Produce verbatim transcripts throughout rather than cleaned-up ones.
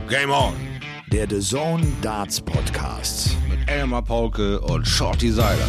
Game On! Der D A Z N Darts Podcast. Mit Elmar Paulke und Shorty Seiler.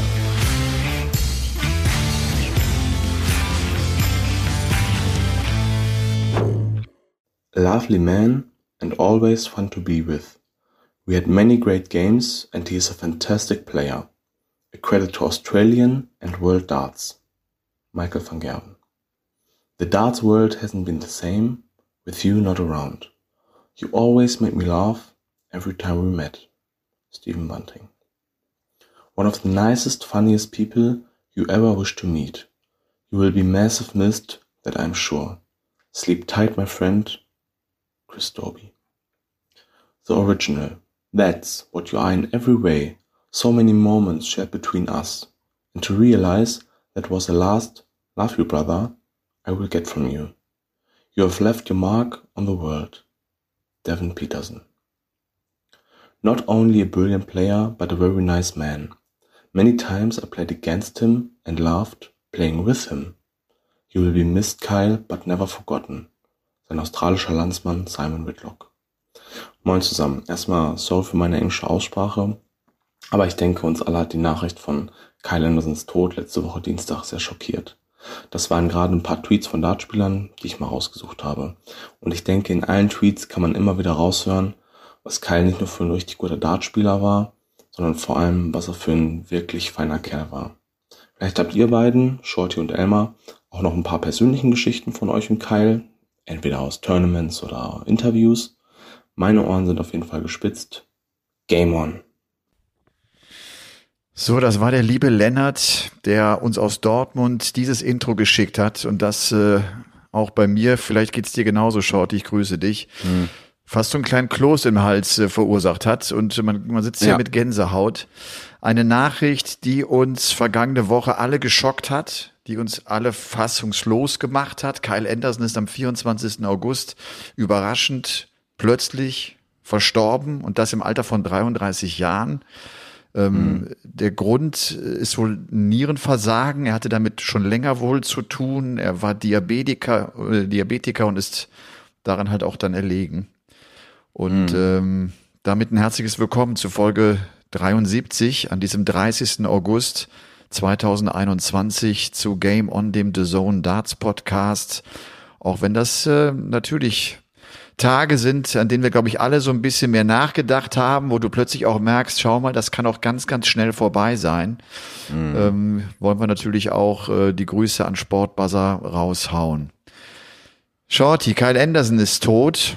Lovely man and always fun to be with. We had many great games and he is a fantastic player. A credit to Australian and world darts. Michael van Gerwen. The darts world hasn't been the same with you not around. You always made me laugh every time we met. Stephen Bunting. One of the nicest, funniest people you ever wish to meet. You will be massive missed, that I'm sure. Sleep tight, my friend. Chris Dobie. The original. That's what you are in every way. So many moments shared between us. And to realize that was the last love you, brother, I will get from you. You have left your mark on the world. Devin Peterson. Not only a brilliant player, but a very nice man. Many times I played against him and laughed playing with him. You will be missed, Kyle, but never forgotten. Sein australischer Landsmann Simon Whitlock. Moin zusammen. Erstmal sorry für meine englische Aussprache, aber ich denke, uns alle hat die Nachricht von Kyle Andersons Tod letzte Woche Dienstag sehr schockiert. Das waren gerade ein paar Tweets von Dartspielern, die ich mal rausgesucht habe. Und ich denke, in allen Tweets kann man immer wieder raushören, was Kyle nicht nur für ein richtig guter Dartspieler war, sondern vor allem, was er für ein wirklich feiner Kerl war. Vielleicht habt ihr beiden, Shorty und Elmar, auch noch ein paar persönlichen Geschichten von euch und Kyle, entweder aus Tournaments oder Interviews. Meine Ohren sind auf jeden Fall gespitzt. Game on! So, das war der liebe Lennart, der uns aus Dortmund dieses Intro geschickt hat und das äh, auch bei mir, vielleicht geht's dir genauso, Shorty, ich grüße dich, hm. fast so einen kleinen Kloß im Hals äh, verursacht hat und man, man sitzt hier ja mit Gänsehaut. Eine Nachricht, die uns vergangene Woche alle geschockt hat, die uns alle fassungslos gemacht hat. Kyle Anderson ist am vierundzwanzigsten August überraschend plötzlich verstorben und das im Alter von dreiunddreißig Jahren. Ähm, mhm. Der Grund ist wohl Nierenversagen. Er hatte damit schon länger wohl zu tun. Er war Diabetiker, äh, Diabetiker und ist daran halt auch dann erlegen. Und mhm. ähm, damit ein herzliches Willkommen zu Folge dreiundsiebzig an diesem dreißigsten August zweitausendeinundzwanzig zu Game On, dem D A Z N Darts Podcast. Auch wenn das äh, natürlich Tage sind, an denen wir, glaube ich, alle so ein bisschen mehr nachgedacht haben, wo du plötzlich auch merkst, schau mal, das kann auch ganz, ganz schnell vorbei sein. Mhm. Ähm, wollen wir natürlich auch äh, die Grüße an Sportbuzzer raushauen. Shorty, Kyle Anderson ist tot.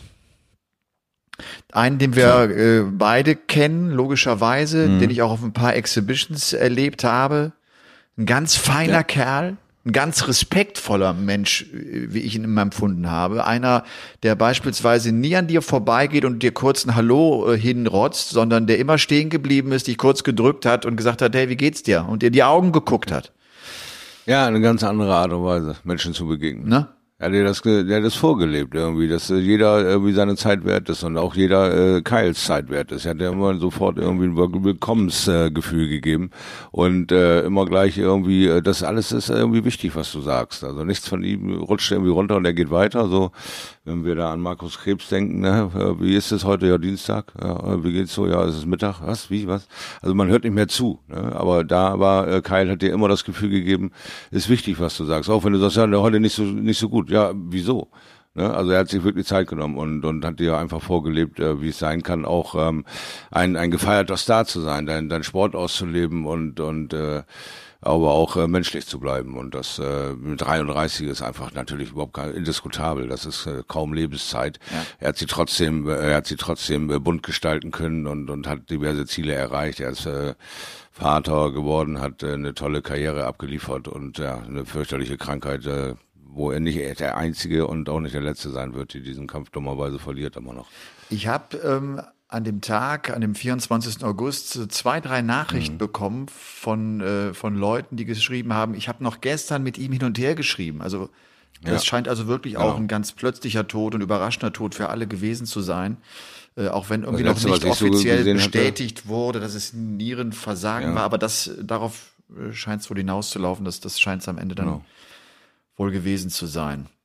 Einen, den wir äh, beide kennen, logischerweise, mhm. den ich auch auf ein paar Exhibitions erlebt habe. Ein ganz feiner ja. Kerl. Ein ganz respektvoller Mensch, wie ich ihn immer empfunden habe. Einer, der beispielsweise nie an dir vorbeigeht und dir kurz ein Hallo äh, hinrotzt, sondern der immer stehen geblieben ist, dich kurz gedrückt hat und gesagt hat, hey, wie geht's dir? Und dir die Augen geguckt hat. Ja, eine ganz andere Art und Weise, Menschen zu begegnen. Ne? Ja, der hat das, der hat das vorgelebt irgendwie, dass äh, jeder irgendwie seine Zeit wert ist und auch jeder äh, Kyles Zeit wert ist. Er hat ja immer sofort irgendwie ein Willkommensgefühl äh, gegeben und äh, immer gleich irgendwie, äh, das alles ist irgendwie wichtig, was du sagst. Also nichts von ihm rutscht irgendwie runter und er geht weiter. So, wenn wir da an Markus Krebs denken, ne, äh, wie ist es heute? Ja, Dienstag. Ja, wie geht's so? Ja, es ist Mittag. Was? Wie? Was? Also man hört nicht mehr zu. Ne? Aber da war äh, Kyle hat dir immer das Gefühl gegeben, ist wichtig, was du sagst. Auch wenn du sagst, ja, der heute nicht so nicht so gut. Ja, wieso? Ne? Also er hat sich wirklich Zeit genommen und und hat dir einfach vorgelebt, äh, wie es sein kann, auch ähm, ein ein gefeierter Star zu sein, dein dein Sport auszuleben und und äh, aber auch äh, menschlich zu bleiben. Und das äh, mit dreiunddreißig ist einfach natürlich überhaupt kein indiskutabel. Das ist äh, kaum Lebenszeit. Ja. Er hat sie trotzdem, äh, er hat sie trotzdem äh, bunt gestalten können und und hat diverse Ziele erreicht. Er ist äh, Vater geworden, hat äh, eine tolle Karriere abgeliefert und ja, eine fürchterliche Krankheit, äh, wo er nicht der Einzige und auch nicht der Letzte sein wird, die diesen Kampf dummerweise verliert immer noch. Ich habe ähm, an dem Tag, an dem vierundzwanzigsten August, zwei, drei Nachrichten mhm. bekommen von äh, von Leuten, die geschrieben haben, ich habe noch gestern mit ihm hin und her geschrieben. Also das ja. scheint also wirklich genau. auch ein ganz plötzlicher Tod und überraschender Tod für alle gewesen zu sein. Äh, auch wenn irgendwie noch nicht offiziell so bestätigt hatte. wurde, dass es Nierenversagen ja. war. Aber das darauf scheint es wohl hinauszulaufen, dass das scheint es am Ende dann genau. wohl gewesen zu sein.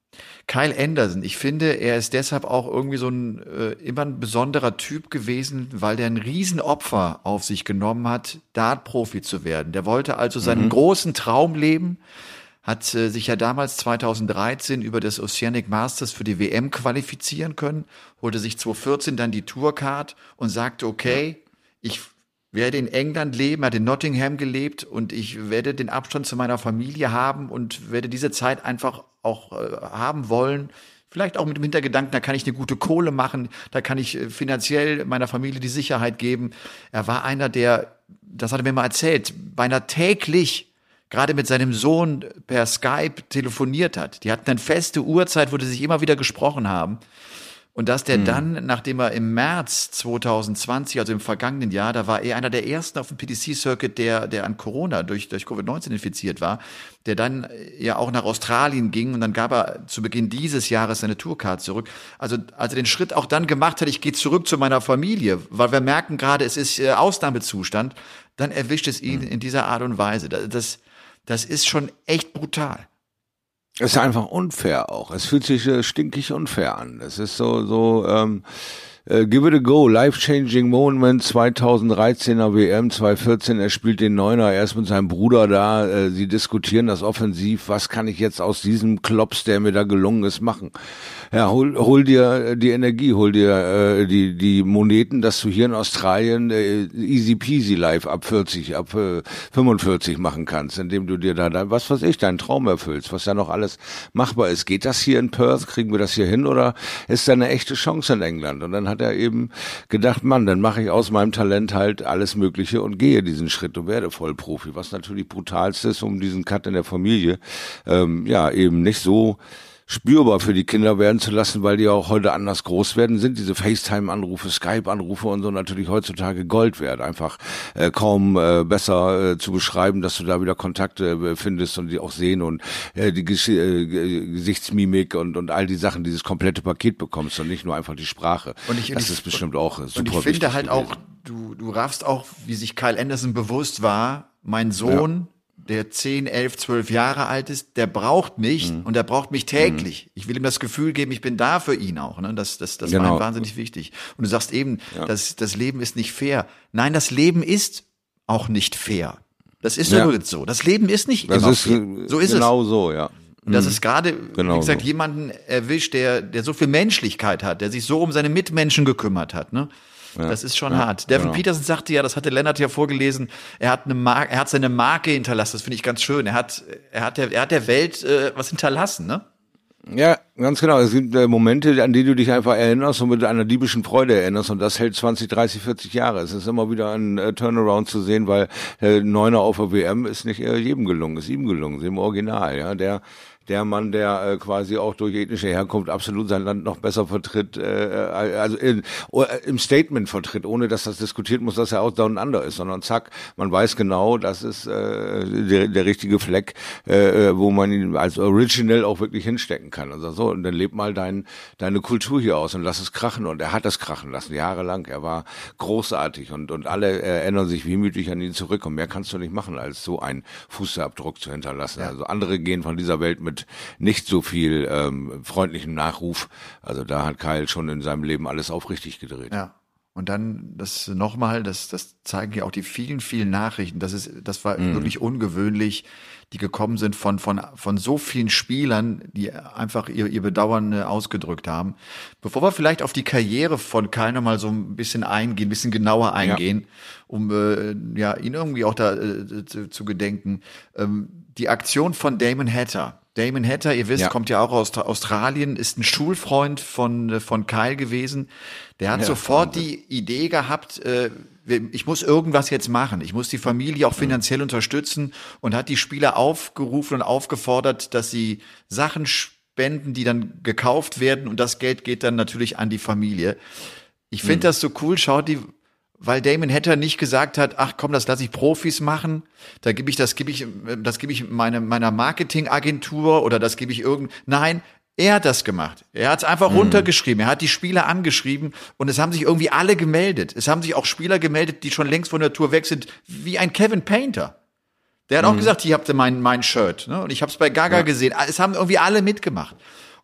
Kyle Anderson, ich finde, er ist deshalb auch irgendwie so ein äh, immer ein besonderer Typ gewesen, weil der ein Riesenopfer auf sich genommen hat, Dart-Profi zu werden. Der wollte also seinen mhm. großen Traum leben, hat äh, sich ja damals zweitausenddreizehn über das Oceanic Masters für die W M qualifizieren können, holte sich zweitausendvierzehn dann die Tourcard und sagte, okay, ich werde in England leben, hat in Nottingham gelebt und ich werde den Abstand zu meiner Familie haben und werde diese Zeit einfach auch äh, haben wollen. Vielleicht auch mit dem Hintergedanken, da kann ich eine gute Kohle machen, da kann ich äh, finanziell meiner Familie die Sicherheit geben. Er war einer, der, das hat er mir mal erzählt, beinahe täglich gerade mit seinem Sohn per Skype telefoniert hat. Die hatten eine feste Uhrzeit, wo die sich immer wieder gesprochen haben. Und dass der mhm. dann, nachdem er im März zweitausendzwanzig, also im vergangenen Jahr, da war er einer der ersten auf dem P D C-Circuit, der der an Corona durch durch Covid neunzehn infiziert war, der dann ja auch nach Australien ging und dann gab er zu Beginn dieses Jahres seine Tourcard zurück. Also als er den Schritt auch dann gemacht hat, ich gehe zurück zu meiner Familie, weil wir merken gerade, es ist äh, Ausnahmezustand, dann erwischt es ihn mhm. in dieser Art und Weise. Das, das ist schon echt brutal. Es ist einfach unfair auch. Es fühlt sich äh, stinkig unfair an. Es ist so, so, ähm, äh, give it a go. Life-changing Moment zweitausenddreizehner W M, zweitausendvierzehn. Er spielt den Neuner, er ist mit seinem Bruder da. Äh, sie diskutieren das offensiv. Was kann ich jetzt aus diesem Klops, der mir da gelungen ist, machen? Ja, hol, hol dir die Energie, hol dir äh, die die Moneten, dass du hier in Australien äh, easy peasy live ab vierzig, ab äh, fünfundvierzig machen kannst, indem du dir da, da, was weiß ich, deinen Traum erfüllst, was ja noch alles machbar ist. Geht das hier in Perth? Kriegen wir das hier hin oder ist da eine echte Chance in England? Und dann hat er eben gedacht, Mann, dann mache ich aus meinem Talent halt alles Mögliche und gehe diesen Schritt und werde Vollprofi, was natürlich brutalst ist, um diesen Cut in der Familie ähm, ja eben nicht so spürbar für die Kinder werden zu lassen, weil die auch heute anders groß werden, sind diese FaceTime-Anrufe, Skype-Anrufe und so natürlich heutzutage Gold wert. Einfach äh, kaum äh, besser äh, zu beschreiben, dass du da wieder Kontakte äh, findest und die auch sehen und äh, die Gesch- äh, Gesichtsmimik und und all die Sachen, dieses komplette Paket bekommst und nicht nur einfach die Sprache. Und ich, das und ist bestimmt auch äh, super wichtig. Und ich finde halt gewesen. auch, du du raffst auch, wie sich Kyle Anderson bewusst war, mein Sohn, ja. der zehn, elf, zwölf Jahre alt ist, der braucht mich mhm. und der braucht mich täglich. Mhm. Ich will ihm das Gefühl geben, ich bin da für ihn auch. Ne? Das, das, das genau. war ihm wahnsinnig wichtig. Und du sagst eben, ja. das, das Leben ist nicht fair. Nein, das Leben ist auch nicht fair. Das ist ja. so. Das Leben ist nicht das immer ist, fair. So ist genau es. Genau so, ja. Und das ist gerade, genau wie gesagt, so. jemanden erwischt, der, der so viel Menschlichkeit hat, der sich so um seine Mitmenschen gekümmert hat, ne? Ja, das ist schon ja, hart. Devin genau. Peterson sagte ja, das hatte Lennart ja vorgelesen, er hat eine Marke, er hat seine Marke hinterlassen, das finde ich ganz schön. Er hat, er hat der, er hat der Welt äh, was hinterlassen, ne? Ja, ganz genau. Es gibt äh, Momente, an die du dich einfach erinnerst und mit einer diebischen Freude erinnerst und das hält zwanzig, dreißig, vierzig Jahre. Es ist immer wieder ein äh, Turnaround zu sehen, weil äh, Neuner auf der W M ist nicht äh, jedem gelungen, ist ihm gelungen, ist im Original, ja, der der Mann, der äh, quasi auch durch ethnische Herkunft absolut sein Land noch besser vertritt, äh, also in, im Statement vertritt, ohne dass das diskutiert muss, dass er auch down under ist, sondern zack, man weiß genau, das ist äh, der, der richtige Fleck, äh, wo man ihn als Original auch wirklich hinstecken kann. Also so, und dann lebt mal dein, deine Kultur hier aus und lass es krachen. Und er hat es krachen lassen, jahrelang. Er war großartig und, und alle erinnern sich wehmütig an ihn zurück. Und mehr kannst du nicht machen, als so einen Fußabdruck zu hinterlassen. Ja. Also andere gehen von dieser Welt mit nicht so viel ähm, freundlichem Nachruf. Also da hat Kyle schon in seinem Leben alles aufrichtig gedreht. Ja. Und dann das nochmal, das, das zeigen ja auch die vielen, vielen Nachrichten. Das ist, das war mhm. wirklich ungewöhnlich, die gekommen sind von, von, von so vielen Spielern, die einfach ihr, ihr Bedauern ausgedrückt haben. Bevor wir vielleicht auf die Karriere von Kyle nochmal so ein bisschen eingehen, ein bisschen genauer eingehen, ja. um, äh, ja, ihn irgendwie auch da äh, zu, zu gedenken. Ähm, die Aktion von Damon Hatter. Damon Hatter, ihr wisst, ja. kommt ja auch aus Australien, ist ein Schulfreund von von Kyle gewesen. Der hat ja, sofort Wahnsinn. die Idee gehabt, äh, ich muss irgendwas jetzt machen. Ich muss die Familie auch finanziell mhm. unterstützen und hat die Spieler aufgerufen und aufgefordert, dass sie Sachen spenden, die dann gekauft werden und das Geld geht dann natürlich an die Familie. Ich finde mhm. das so cool, schaut die weil Damon Hatter nicht gesagt hat, ach komm, das lasse ich Profis machen, da gebe ich, das gebe ich, das gebe ich meine, meiner Marketingagentur oder das gebe ich irgend, nein, er hat das gemacht. Er hat es einfach mhm. runtergeschrieben. Er hat die Spieler angeschrieben und es haben sich irgendwie alle gemeldet. Es haben sich auch Spieler gemeldet, die schon längst von der Tour weg sind, wie ein Kevin Painter. Der hat mhm. auch gesagt, hier habt ihr mein, mein Shirt, ne? Und ich habe es bei Gaga ja. gesehen. Es haben irgendwie alle mitgemacht.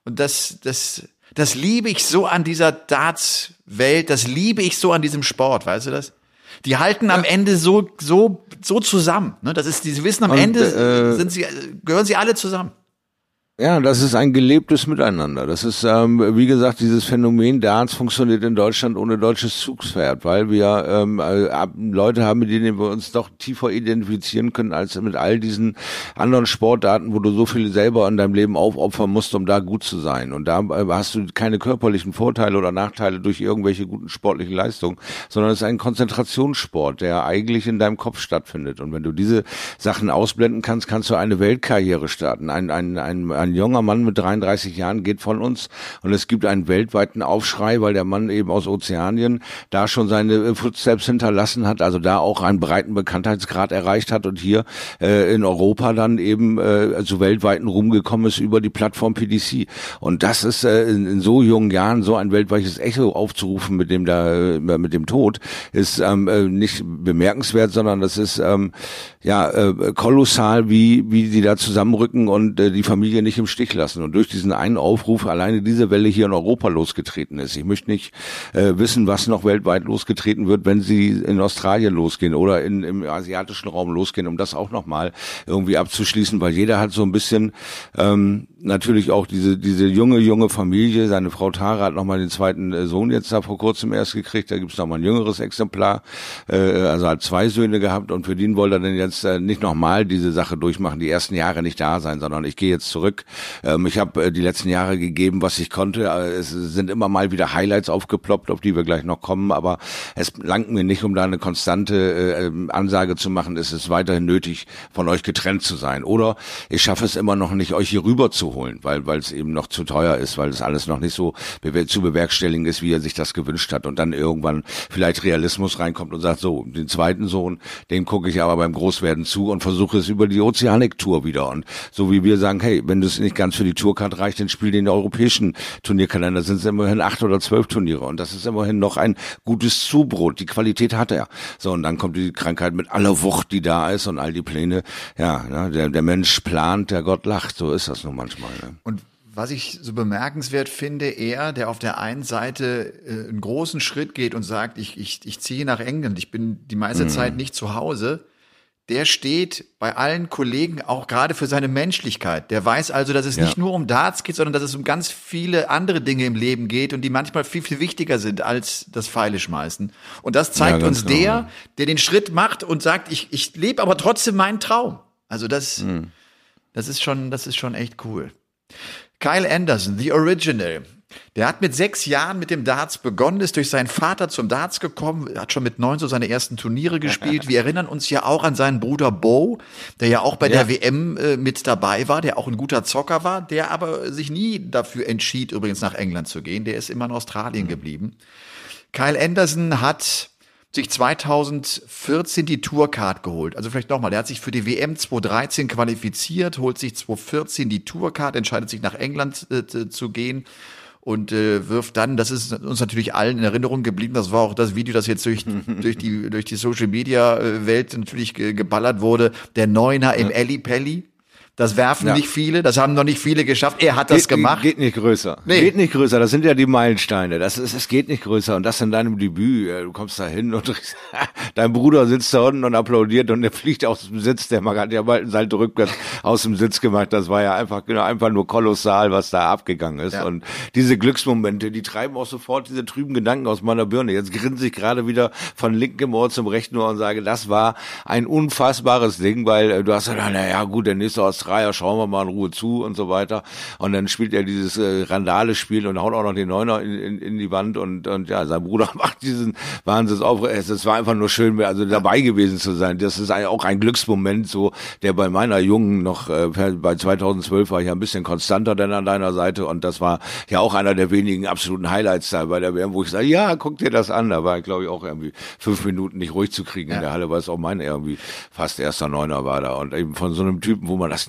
Und das, das, das liebe ich so an dieser Darts-Welt, das liebe ich so an diesem Sport, weißt du das? Die halten am Ende so, so, so zusammen, ne? Das ist, die wissen am Und, Ende, äh, sind sie, gehören sie alle zusammen. Ja, das ist ein gelebtes Miteinander. Das ist, ähm, wie gesagt, dieses Phänomen Darts funktioniert in Deutschland ohne deutsches Zugspferd, weil wir ähm, äh, Leute haben, mit denen wir uns doch tiefer identifizieren können als mit all diesen anderen Sportarten, wo du so viel selber in deinem Leben aufopfern musst, um da gut zu sein. Und da äh, hast du keine körperlichen Vorteile oder Nachteile durch irgendwelche guten sportlichen Leistungen, sondern es ist ein Konzentrationssport, der eigentlich in deinem Kopf stattfindet. Und wenn du diese Sachen ausblenden kannst, kannst du eine Weltkarriere starten. Ein, ein, ein, ein Ein junger Mann mit dreiunddreißig Jahren geht von uns und es gibt einen weltweiten Aufschrei, weil der Mann eben aus Ozeanien da schon seine Footsteps hinterlassen hat, also da auch einen breiten Bekanntheitsgrad erreicht hat und hier äh, in Europa dann eben äh, zu weltweiten Ruhm gekommen ist über die Plattform P D C. Und das ist äh, in, in so jungen Jahren so ein weltweites Echo aufzurufen mit dem da äh, mit dem Tod ist ähm, äh, nicht bemerkenswert, sondern das ist ähm, ja äh, kolossal, wie wie die da zusammenrücken und äh, die Familie nicht im Stich lassen. Und durch diesen einen Aufruf alleine diese Welle hier in Europa losgetreten ist. Ich möchte nicht äh, wissen, was noch weltweit losgetreten wird, wenn sie in Australien losgehen oder in, im asiatischen Raum losgehen, um das auch nochmal irgendwie abzuschließen, weil jeder hat so ein bisschen ähm, natürlich auch diese diese junge, junge Familie. Seine Frau Tara hat nochmal den zweiten äh, Sohn jetzt da vor kurzem erst gekriegt. Da gibt's nochmal ein jüngeres Exemplar. Äh, also hat zwei Söhne gehabt und für den wollte er dann jetzt äh, nicht nochmal diese Sache durchmachen, die ersten Jahre nicht da sein, sondern ich gehe jetzt zurück. Ähm, ich habe äh, die letzten Jahre gegeben, was ich konnte. Äh, es sind immer mal wieder Highlights aufgeploppt, auf die wir gleich noch kommen, aber es langt mir nicht, um da eine konstante äh, Ansage zu machen. Es ist weiterhin nötig, von euch getrennt zu sein. Oder ich schaffe es immer noch nicht, euch hier rüber zu holen, weil weil es eben noch zu teuer ist, weil es alles noch nicht so bewer- zu bewerkstelligen ist, wie er sich das gewünscht hat. Und dann irgendwann vielleicht Realismus reinkommt und sagt, so, den zweiten Sohn, den gucke ich aber beim Großwerden zu und versuche es über die Ozeanik-Tour wieder. Und so wie wir sagen, hey, wenn du es nicht ganz für die Tourcard reicht, dann spiel den europäischen Turnierkalender. Sind es immerhin acht oder zwölf Turniere. Und das ist immerhin noch ein gutes Zubrot. Die Qualität hat er. So, und dann kommt die Krankheit mit aller Wucht, die da ist und all die Pläne. Ja, ne, der, der Mensch plant, der Gott lacht. So ist das nun manchmal. Ne? Und was ich so bemerkenswert finde, er, der auf der einen Seite äh, einen großen Schritt geht und sagt, ich, ich, ich ziehe nach England, ich bin die meiste mhm. Zeit nicht zu Hause, der steht bei allen Kollegen auch gerade für seine Menschlichkeit. Der weiß also, dass es ja. nicht nur um Darts geht, sondern dass es um ganz viele andere Dinge im Leben geht und die manchmal viel, viel wichtiger sind als das Pfeile schmeißen. Und das zeigt ja, uns genau. der, der den Schritt macht und sagt, ich, ich lebe aber trotzdem meinen Traum. Also das, mhm. das ist schon, das ist schon echt cool. Kyle Anderson, The Original. Der hat mit sechs Jahren mit dem Darts begonnen, ist durch seinen Vater zum Darts gekommen, hat schon mit neun so seine ersten Turniere gespielt. Wir erinnern uns ja auch an seinen Bruder Bo, der ja auch bei ja. der W M äh, mit dabei war, der auch ein guter Zocker war, der aber sich nie dafür entschied, übrigens nach England zu gehen. Der ist immer in Australien mhm. geblieben. Kyle Anderson hat sich zweitausendvierzehn die Tourcard geholt. Also vielleicht nochmal, der hat sich für die W M zweitausenddreizehn qualifiziert, holt sich zweitausendvierzehn die Tourcard, entscheidet sich nach England äh, zu gehen und äh, wirft dann, das ist uns natürlich allen in Erinnerung geblieben, das war auch das Video, das jetzt durch durch die durch die Social Media Welt natürlich ge- geballert wurde, der Neuner im Elli Pelli. Das werfen ja. nicht viele, das haben noch nicht viele geschafft. Er hat das geht, gemacht. Geht nicht größer. Nee. Geht nicht größer. Das sind ja die Meilensteine. Das ist, es geht nicht größer. Und das in deinem Debüt. Du kommst da hin und dein Bruder sitzt da unten und applaudiert und der fliegt aus dem Sitz. Der hat ja bald einen Salto rückwärts aus dem Sitz gemacht. Das war ja einfach, genau, einfach nur kolossal, was da abgegangen ist. Ja. Und diese Glücksmomente, die treiben auch sofort diese trüben Gedanken aus meiner Birne. Jetzt grinse ich gerade wieder von linkem Ohr zum rechten Ohr und sage, das war ein unfassbares Ding, weil du hast ja, na ja, gut, der nächste Australier, schauen wir mal in Ruhe zu und so weiter. Und dann spielt er dieses äh, Randale-Spiel und haut auch noch den Neuner in, in, in die Wand und, und ja, sein Bruder macht diesen Wahnsinnsaufruhr. Es, es war einfach nur schön, also dabei gewesen zu sein. Das ist auch ein Glücksmoment, so, der bei meiner Jungen noch, äh, bei zweitausendzwölf war ich ja ein bisschen konstanter denn an deiner Seite und das war ja auch einer der wenigen absoluten Highlights da bei der W M, wo ich sage, ja, guck dir das an. Da war ich, glaube ich, auch irgendwie fünf Minuten nicht ruhig zu kriegen ja. in der Halle, weil es auch mein irgendwie fast erster Neuner war da und eben von so einem Typen, wo man das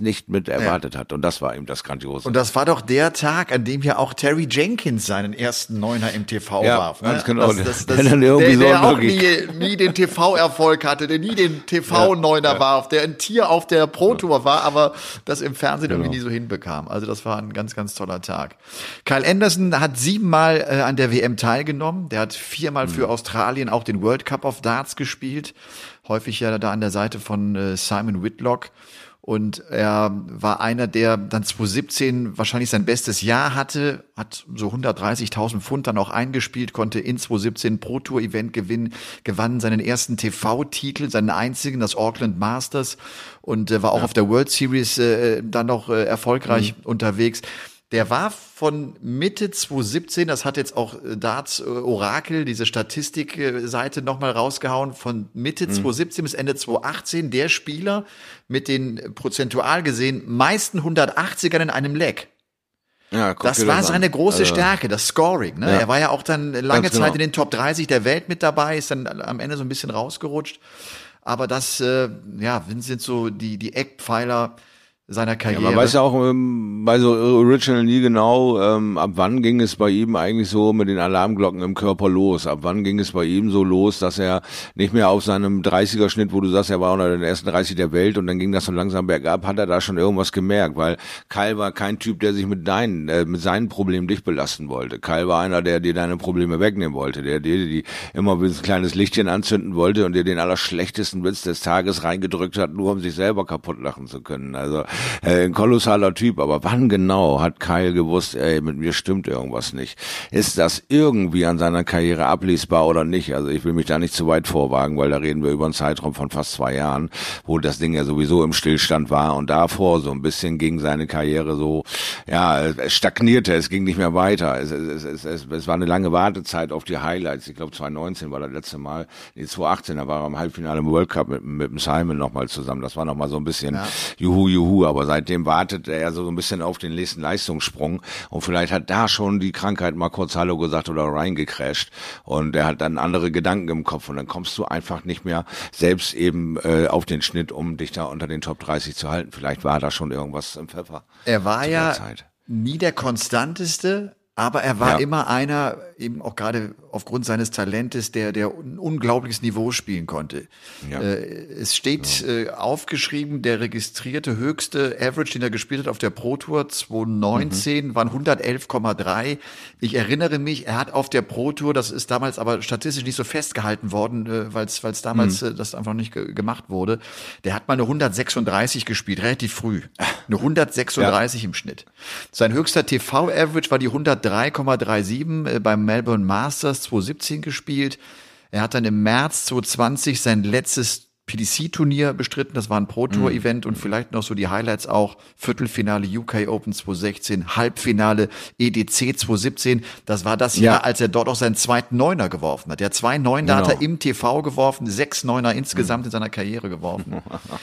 nicht mit erwartet ja. hat. Und das war eben das Grandiose. Und das war doch der Tag, an dem ja auch Terry Jenkins seinen ersten Neuner im T V ja, warf. Ganz ne? genau. Das, das, das, der der, der, der so auch nie, nie den T V-Erfolg hatte, der nie den T V-Neuner ja, ja. warf, der ein Tier auf der Pro-Tour war, aber das im Fernsehen genau. irgendwie nie so hinbekam. Also das war ein ganz, ganz toller Tag. Kyle Anderson hat siebenmal äh, an der W M teilgenommen. Der hat viermal mhm. für Australien auch den World Cup of Darts gespielt. Häufig ja da an der Seite von äh, Simon Whitlock. Und er war einer, der dann zwanzig siebzehn wahrscheinlich sein bestes Jahr hatte, hat so hundertdreißigtausend Pfund dann auch eingespielt, konnte in zwanzig siebzehn Pro Tour Event gewinnen, gewann seinen ersten T V-Titel, seinen einzigen, das Auckland Masters, und äh, war auch ja. auf der World Series äh, dann noch äh, erfolgreich mhm. unterwegs. Der war von Mitte zwanzig siebzehn, das hat jetzt auch Darts Orakel, diese Statistikseite nochmal rausgehauen, von Mitte mhm. zwanzig siebzehn bis Ende zwanzig achtzehn der Spieler mit den prozentual gesehen meisten hundertachtzigern in einem Leg. Ja, das war das seine große also, Stärke, das Scoring. Ne? Ja. Er war ja auch dann lange Zeit genau. in den Top dreißig der Welt mit dabei, ist dann am Ende so ein bisschen rausgerutscht. Aber das äh, ja, sind so die, die Eckpfeiler seiner Karriere. Ja, man weiß ja auch ähm, bei so Original nie genau, ähm, ab wann ging es bei ihm eigentlich so mit den Alarmglocken im Körper los. Ab wann ging es bei ihm so los, dass er nicht mehr auf seinem dreißiger-Schnitt, wo du sagst, er war unter den ersten dreißig der Welt und dann ging das so langsam bergab, hat er da schon irgendwas gemerkt, weil Kyle war kein Typ, der sich mit deinen, äh, mit seinen Problemen dich belasten wollte. Kyle war einer, der dir deine Probleme wegnehmen wollte, der dir die immer ein kleines Lichtchen anzünden wollte und dir den allerschlechtesten Witz des Tages reingedrückt hat, nur um sich selber kaputt lachen zu können. Also Äh, ein kolossaler Typ, aber wann genau hat Kyle gewusst, ey, mit mir stimmt irgendwas nicht? Ist das irgendwie an seiner Karriere ablesbar oder nicht? Also ich will mich da nicht zu weit vorwagen, weil da reden wir über einen Zeitraum von fast zwei Jahren, wo das Ding ja sowieso im Stillstand war und davor so ein bisschen ging seine Karriere so, ja, es stagnierte, es ging nicht mehr weiter. Es, es, es, es, es war eine lange Wartezeit auf die Highlights. Ich glaube zwanzig neunzehn war das letzte Mal, nee, zwanzig achtzehn, da war er im Halbfinale im World Cup mit, mit dem Simon nochmal zusammen. Das war nochmal so ein bisschen ja. Juhu, Juhu, aber seitdem wartet er so ein bisschen auf den nächsten Leistungssprung und vielleicht hat da schon die Krankheit mal kurz Hallo gesagt oder reingecrasht und er hat dann andere Gedanken im Kopf und dann kommst du einfach nicht mehr selbst eben äh, auf den Schnitt, um dich da unter den Top dreißig zu halten. Vielleicht war da schon irgendwas im Pfeffer. Er war ja Zeit. nie der konstanteste, aber er war ja. immer einer, eben auch gerade aufgrund seines Talentes, der der ein unglaubliches Niveau spielen konnte. Ja. Äh, es steht ja. äh, aufgeschrieben, der registrierte höchste Average, den er gespielt hat auf der Pro Tour zwanzig neunzehn, mhm. waren hundertelf Komma drei. Ich erinnere mich, er hat auf der Pro Tour, das ist damals aber statistisch nicht so festgehalten worden, äh, weil es damals mhm. äh, das einfach nicht ge- gemacht wurde. Der hat mal eine hundertsechsunddreißig gespielt, relativ früh. Eine hundertsechsunddreißig ja. im Schnitt. Sein höchster T V-Average war die hundertdrei Komma siebenunddreißig äh, beim Melbourne Masters zwanzig siebzehn gespielt. Er hat dann im März zwanzig zwanzig sein letztes P D C-Turnier bestritten. Das war ein Pro-Tour-Event mhm. und vielleicht noch so die Highlights auch. Viertelfinale U K Open zwanzig sechzehn, Halbfinale E D C zwanzig siebzehn. Das war das ja. Jahr, als er dort auch seinen zweiten Neuner geworfen hat. Der hat zwei Neuner genau. hat er im T V geworfen, sechs Neuner insgesamt mhm. in seiner Karriere geworfen.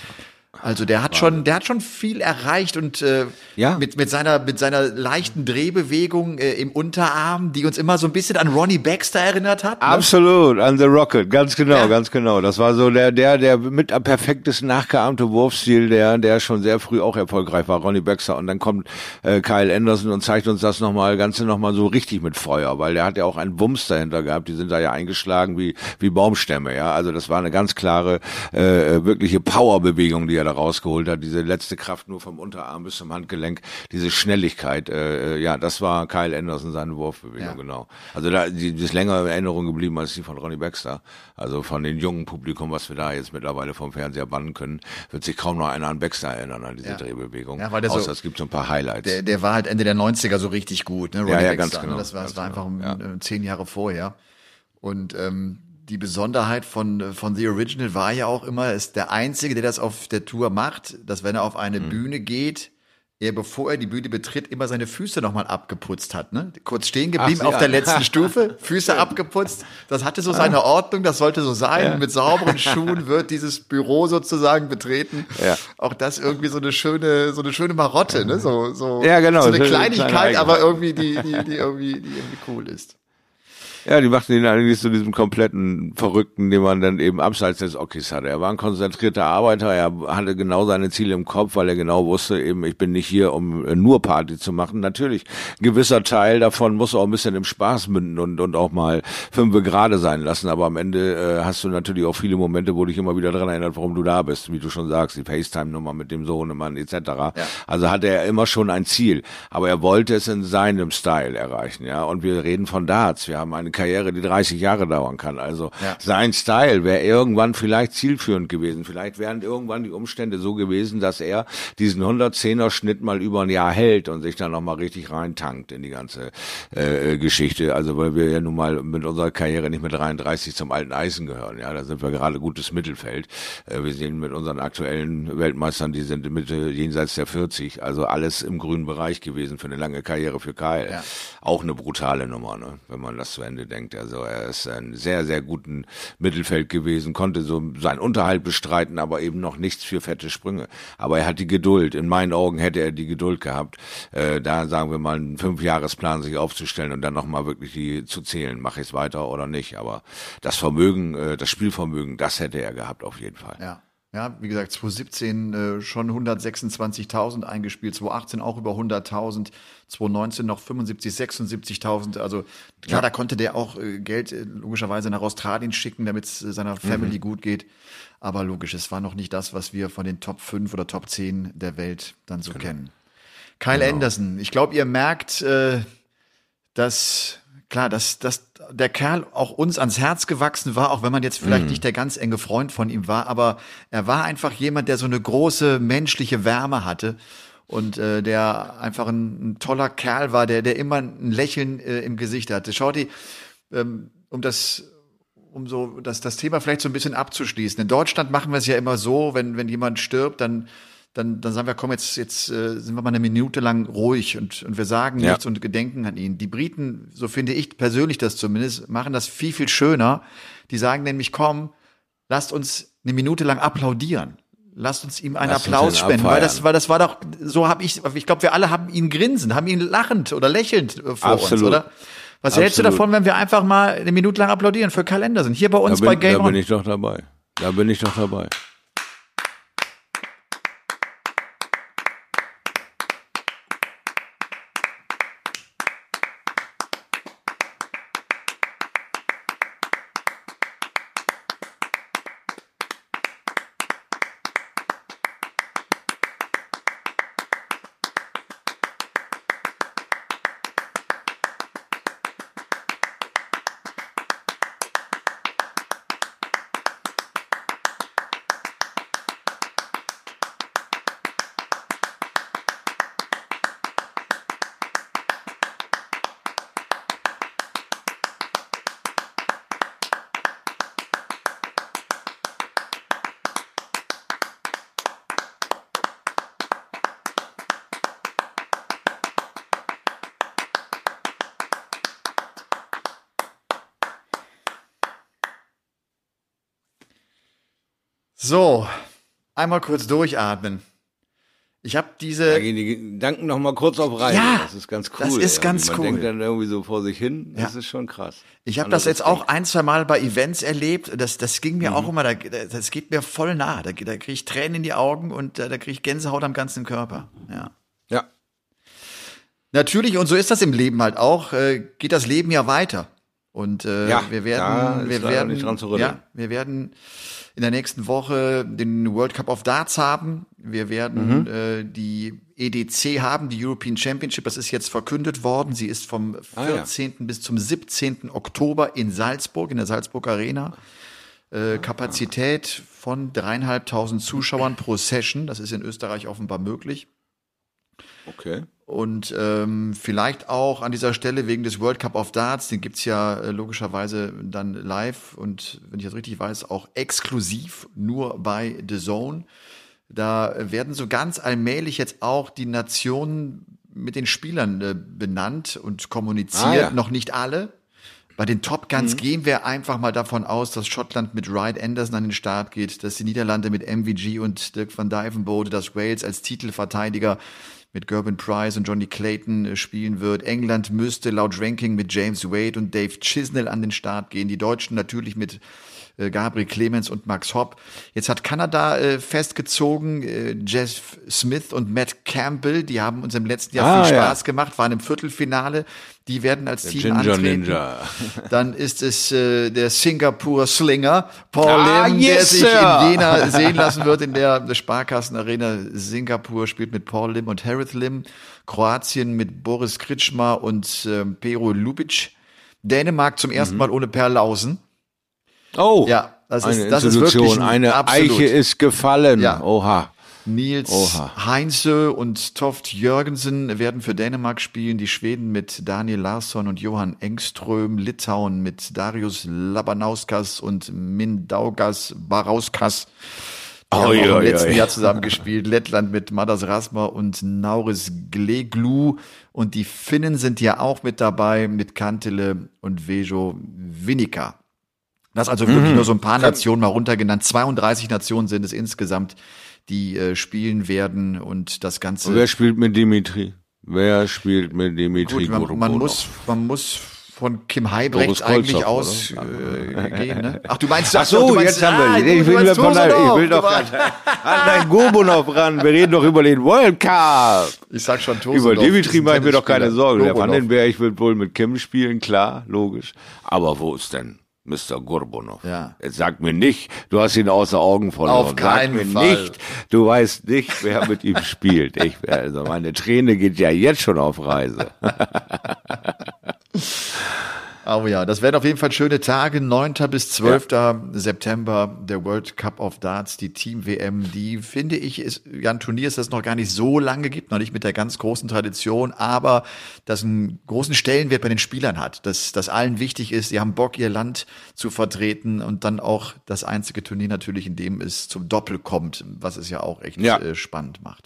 Also der hat schon, der hat schon viel erreicht und äh, ja. mit mit seiner mit seiner leichten Drehbewegung äh, im Unterarm, die uns immer so ein bisschen an Ronnie Baxter erinnert hat. Ne? Absolut, an The Rocket, ganz genau, ja. ganz genau. Das war so der der der mit am perfektesten nachgeahmte Wurfstil, der der schon sehr früh auch erfolgreich war, Ronnie Baxter. Und dann kommt äh, Kyle Anderson und zeigt uns das nochmal, Ganze nochmal so richtig mit Feuer, weil der hat ja auch einen Wumms dahinter gehabt. Die sind da ja eingeschlagen wie wie Baumstämme, ja. Also das war eine ganz klare äh, wirkliche Powerbewegung, die er da rausgeholt hat, diese letzte Kraft nur vom Unterarm bis zum Handgelenk, diese Schnelligkeit, äh, ja, das war Kyle Anderson, seine Wurfbewegung, ja. genau. Also da die, die ist länger in Erinnerung geblieben als die von Ronnie Baxter. Also von den jungen Publikum, was wir da jetzt mittlerweile vom Fernseher bannen können, wird sich kaum noch einer an Baxter erinnern, an diese ja. Drehbewegung. Ja, weil der Außer so, es gibt so ein paar Highlights. Der, der war halt Ende der neunziger so richtig gut, ne, Ronnie ja, ja, Baxter. Ganz genau, ne? Das war, ganz das war genau. einfach um, ja. zehn Jahre vorher. Und ähm, die Besonderheit von von The Original war ja auch immer, ist der Einzige, der das auf der Tour macht, dass wenn er auf eine mhm. Bühne geht, er, bevor er die Bühne betritt, immer seine Füße nochmal abgeputzt hat. Ne? Kurz stehen geblieben Ach, auf ja. der letzten Stufe, Füße abgeputzt. Das hatte so seine Ordnung, das sollte so sein. Ja. Mit sauberen Schuhen wird dieses Büro sozusagen betreten. Ja. Auch das irgendwie so eine schöne, so eine schöne Marotte, ne? So, so, ja, genau. so eine Kleinigkeit, aber irgendwie die, die, die irgendwie, die irgendwie cool ist. Ja, die machten ihn eigentlich zu diesem kompletten Verrückten, den man dann eben abseits des Ockeys hatte. Er war ein konzentrierter Arbeiter, er hatte genau seine Ziele im Kopf, weil er genau wusste, eben, ich bin nicht hier, um nur Party zu machen. Natürlich, ein gewisser Teil davon muss auch ein bisschen im Spaß münden und, und auch mal fünfe gerade sein lassen, aber am Ende äh, hast du natürlich auch viele Momente, wo dich immer wieder daran erinnert, warum du da bist, wie du schon sagst, die FaceTime-Nummer mit dem Sohnemann et cetera. Ja. Also hatte er immer schon ein Ziel, aber er wollte es in seinem Style erreichen, ja. Und wir reden von Darts, wir haben eine Karriere, die dreißig Jahre dauern kann. Also ja. sein Style wäre irgendwann vielleicht zielführend gewesen. Vielleicht wären irgendwann die Umstände so gewesen, dass er diesen hundertzehner Schnitt mal über ein Jahr hält und sich dann nochmal richtig reintankt in die ganze äh, Geschichte. Also weil wir ja nun mal mit unserer Karriere nicht mit dreiunddreißig zum alten Eisen gehören. Ja, da sind wir gerade gutes Mittelfeld. Äh, wir sehen mit unseren aktuellen Weltmeistern, die sind Mitte jenseits der vierzig. Also alles im grünen Bereich gewesen für eine lange Karriere für Kyle. Ja. Auch eine brutale Nummer, ne, wenn man das zu Ende denkt. Also er ist ein sehr, sehr guten Mittelfeld gewesen, konnte so seinen Unterhalt bestreiten, aber eben noch nichts für fette Sprünge. Aber er hat die Geduld. In meinen Augen hätte er die Geduld gehabt, äh, da sagen wir mal einen Fünfjahresplan sich aufzustellen und dann nochmal wirklich die zu zählen, mache ich es weiter oder nicht. Aber das Vermögen, äh, das Spielvermögen, das hätte er gehabt auf jeden Fall. Ja. Ja, wie gesagt, zwanzig siebzehn äh, schon hundertsechsundzwanzigtausend eingespielt, zwanzig achtzehn auch über hunderttausend, zwanzig neunzehn noch fünfundsiebzig, sechsundsiebzigtausend. Also klar, ja. da konnte der auch äh, Geld äh, logischerweise nach Australien schicken, damit es äh, seiner Family mhm. gut geht. Aber logisch, es war noch nicht das, was wir von den Top fünf oder Top zehn der Welt dann so genau. kennen. Kyle genau. Anderson, ich glaube, ihr merkt, äh, dass... Klar, dass, dass der Kerl auch uns ans Herz gewachsen war, auch wenn man jetzt vielleicht mm. nicht der ganz enge Freund von ihm war, aber er war einfach jemand, der so eine große menschliche Wärme hatte und äh, der einfach ein, ein toller Kerl war, der der immer ein Lächeln äh, im Gesicht hatte. Shorty, ähm, um das um so das das Thema vielleicht so ein bisschen abzuschließen. In Deutschland machen wir es ja immer so, wenn wenn jemand stirbt, dann Dann, dann sagen wir, komm, jetzt, jetzt äh, sind wir mal eine Minute lang ruhig und, und wir sagen ja. nichts und gedenken an ihn. Die Briten, so finde ich persönlich das zumindest, machen das viel, viel schöner. Die sagen nämlich, komm, lasst uns eine Minute lang applaudieren. Lasst uns ihm einen Lass Applaus spenden, weil das, weil das war doch, so habe ich, ich glaube, wir alle haben ihn grinsend, haben ihn lachend oder lächelnd vor Absolut. uns, oder? Was Absolut. hältst du davon, wenn wir einfach mal eine Minute lang applaudieren für Kyle Anderson? Hier bei uns bin, bei Game On. Da bin ich doch dabei. Da bin ich doch dabei. So, einmal kurz durchatmen. Ich habe diese... Da gehen die Gedanken noch mal kurz auf Reise. Ja, das ist ganz cool. Das ist ganz man cool. Man denkt dann irgendwie so vor sich hin. Das ja. ist schon krass. Ich habe das jetzt auch ein, zwei Mal bei Events erlebt. Das, das ging mir mhm. auch immer, da, das geht mir voll nah. Da, da kriege ich Tränen in die Augen und da, da kriege ich Gänsehaut am ganzen Körper. Ja. Ja. Natürlich, und so ist das im Leben halt auch, äh, geht das Leben ja weiter. Und äh, ja, wir werden, wir werden, nicht dran zu rütteln. ja, wir werden in der nächsten Woche den World Cup of Darts haben. Wir werden mhm. äh, die E D C haben, die European Championship. Das ist jetzt verkündet worden. Sie ist vom vierzehnten Ah, ja. bis zum siebzehnten Oktober in Salzburg, in der Salzburg Arena. Äh, Kapazität von dreieinhalbtausend Zuschauern pro Session. Das ist in Österreich offenbar möglich. Okay. Und ähm, vielleicht auch an dieser Stelle wegen des World Cup of Darts, den gibt's ja äh, logischerweise dann live und, wenn ich das richtig weiß, auch exklusiv nur bei The Zone. Da werden so ganz allmählich jetzt auch die Nationen mit den Spielern äh, benannt und kommuniziert. Ah, ja. Noch nicht alle. Bei den Top Guns mhm. gehen wir einfach mal davon aus, dass Schottland mit Wright Anderson an den Start geht, dass die Niederlande mit M V G und Dirk van Dijvenbode, dass Wales als Titelverteidiger mit Gerben Price und Johnny Clayton äh, spielen wird. England müsste laut Ranking mit James Wade und Dave Chisnell an den Start gehen. Die Deutschen natürlich mit äh, Gabriel Clemens und Max Hopp. Jetzt hat Kanada äh, festgezogen, äh, Jeff Smith und Matt Campbell, die haben uns im letzten Jahr ah, viel ja. Spaß gemacht, waren im Viertelfinale. Die werden als der Team Ginger antreten. Ninja. Dann ist es äh, der Singapur Slinger, Paul Ah, Lim, yes, der sich sir. in Jena sehen lassen wird in der, der Sparkassenarena. Singapur spielt mit Paul Lim und Harith Lim. Kroatien mit Boris Kritschmer und äh, Pero Ljubic. Dänemark zum ersten Mhm. Mal ohne Per Lausen. Oh, Ja, das ist, eine das ist Institution, wirklich ein, eine absolut. Eiche ist gefallen. Ja. Oha. Nils Oha. Heinze und Toft Jørgensen werden für Dänemark spielen. Die Schweden mit Daniel Larsson und Johan Engström. Litauen mit Darius Labanauskas und Mindaugas Barauskas. Die haben Oi, auch im oi, letzten oi. Jahr zusammen gespielt. Lettland mit Madas Rasma und Nauris Gleglu. Und die Finnen sind ja auch mit dabei mit Kantele und Vejo Vinica. Das also wirklich Mhm. nur so ein paar Nationen mal runtergenannt. zweiunddreißig Nationen sind es insgesamt, die äh, spielen werden und das Ganze. Und wer spielt mit Dimitri? Wer spielt mit Dimitri Gut, man, man Gorbunov? muss, man muss von Kim Heibrecht Boris eigentlich Kolzow, aus oder? äh, gehen. Ne? Ach, du meinst, Ach so, du meinst, jetzt haben wir ah, ihn. Ich du will, meinst von der, ich Tosunov. will doch Du an dein Gorbunov ran. Wir reden doch über den World Cup. Ich sag schon Über Tosunov. Dimitri ist ein mache ich mir doch keine Tennisspieler. Sorgen. Der Gorbunov. Vandenberg wird wohl mit Kim spielen, klar, logisch. Aber wo ist denn Mister Gorbunov? Ja. Jetzt sag mir nicht, du hast ihn außer Augen verloren. Auf keinen sag mir Fall. nicht, du weißt nicht, wer mit ihm spielt. Ich, also meine Träne geht ja jetzt schon auf Reise. Oh ja, das werden auf jeden Fall schöne Tage. neunten bis zwölften September, der World Cup of Darts, die Team-W M, die, finde ich, ist ja ein Turnier, das es noch gar nicht so lange gibt, noch nicht mit der ganz großen Tradition, aber das einen großen Stellenwert bei den Spielern hat, dass das allen wichtig ist, sie haben Bock, ihr Land zu vertreten und dann auch das einzige Turnier natürlich, in dem es zum Doppel kommt, was es ja auch echt Ja. äh, spannend macht.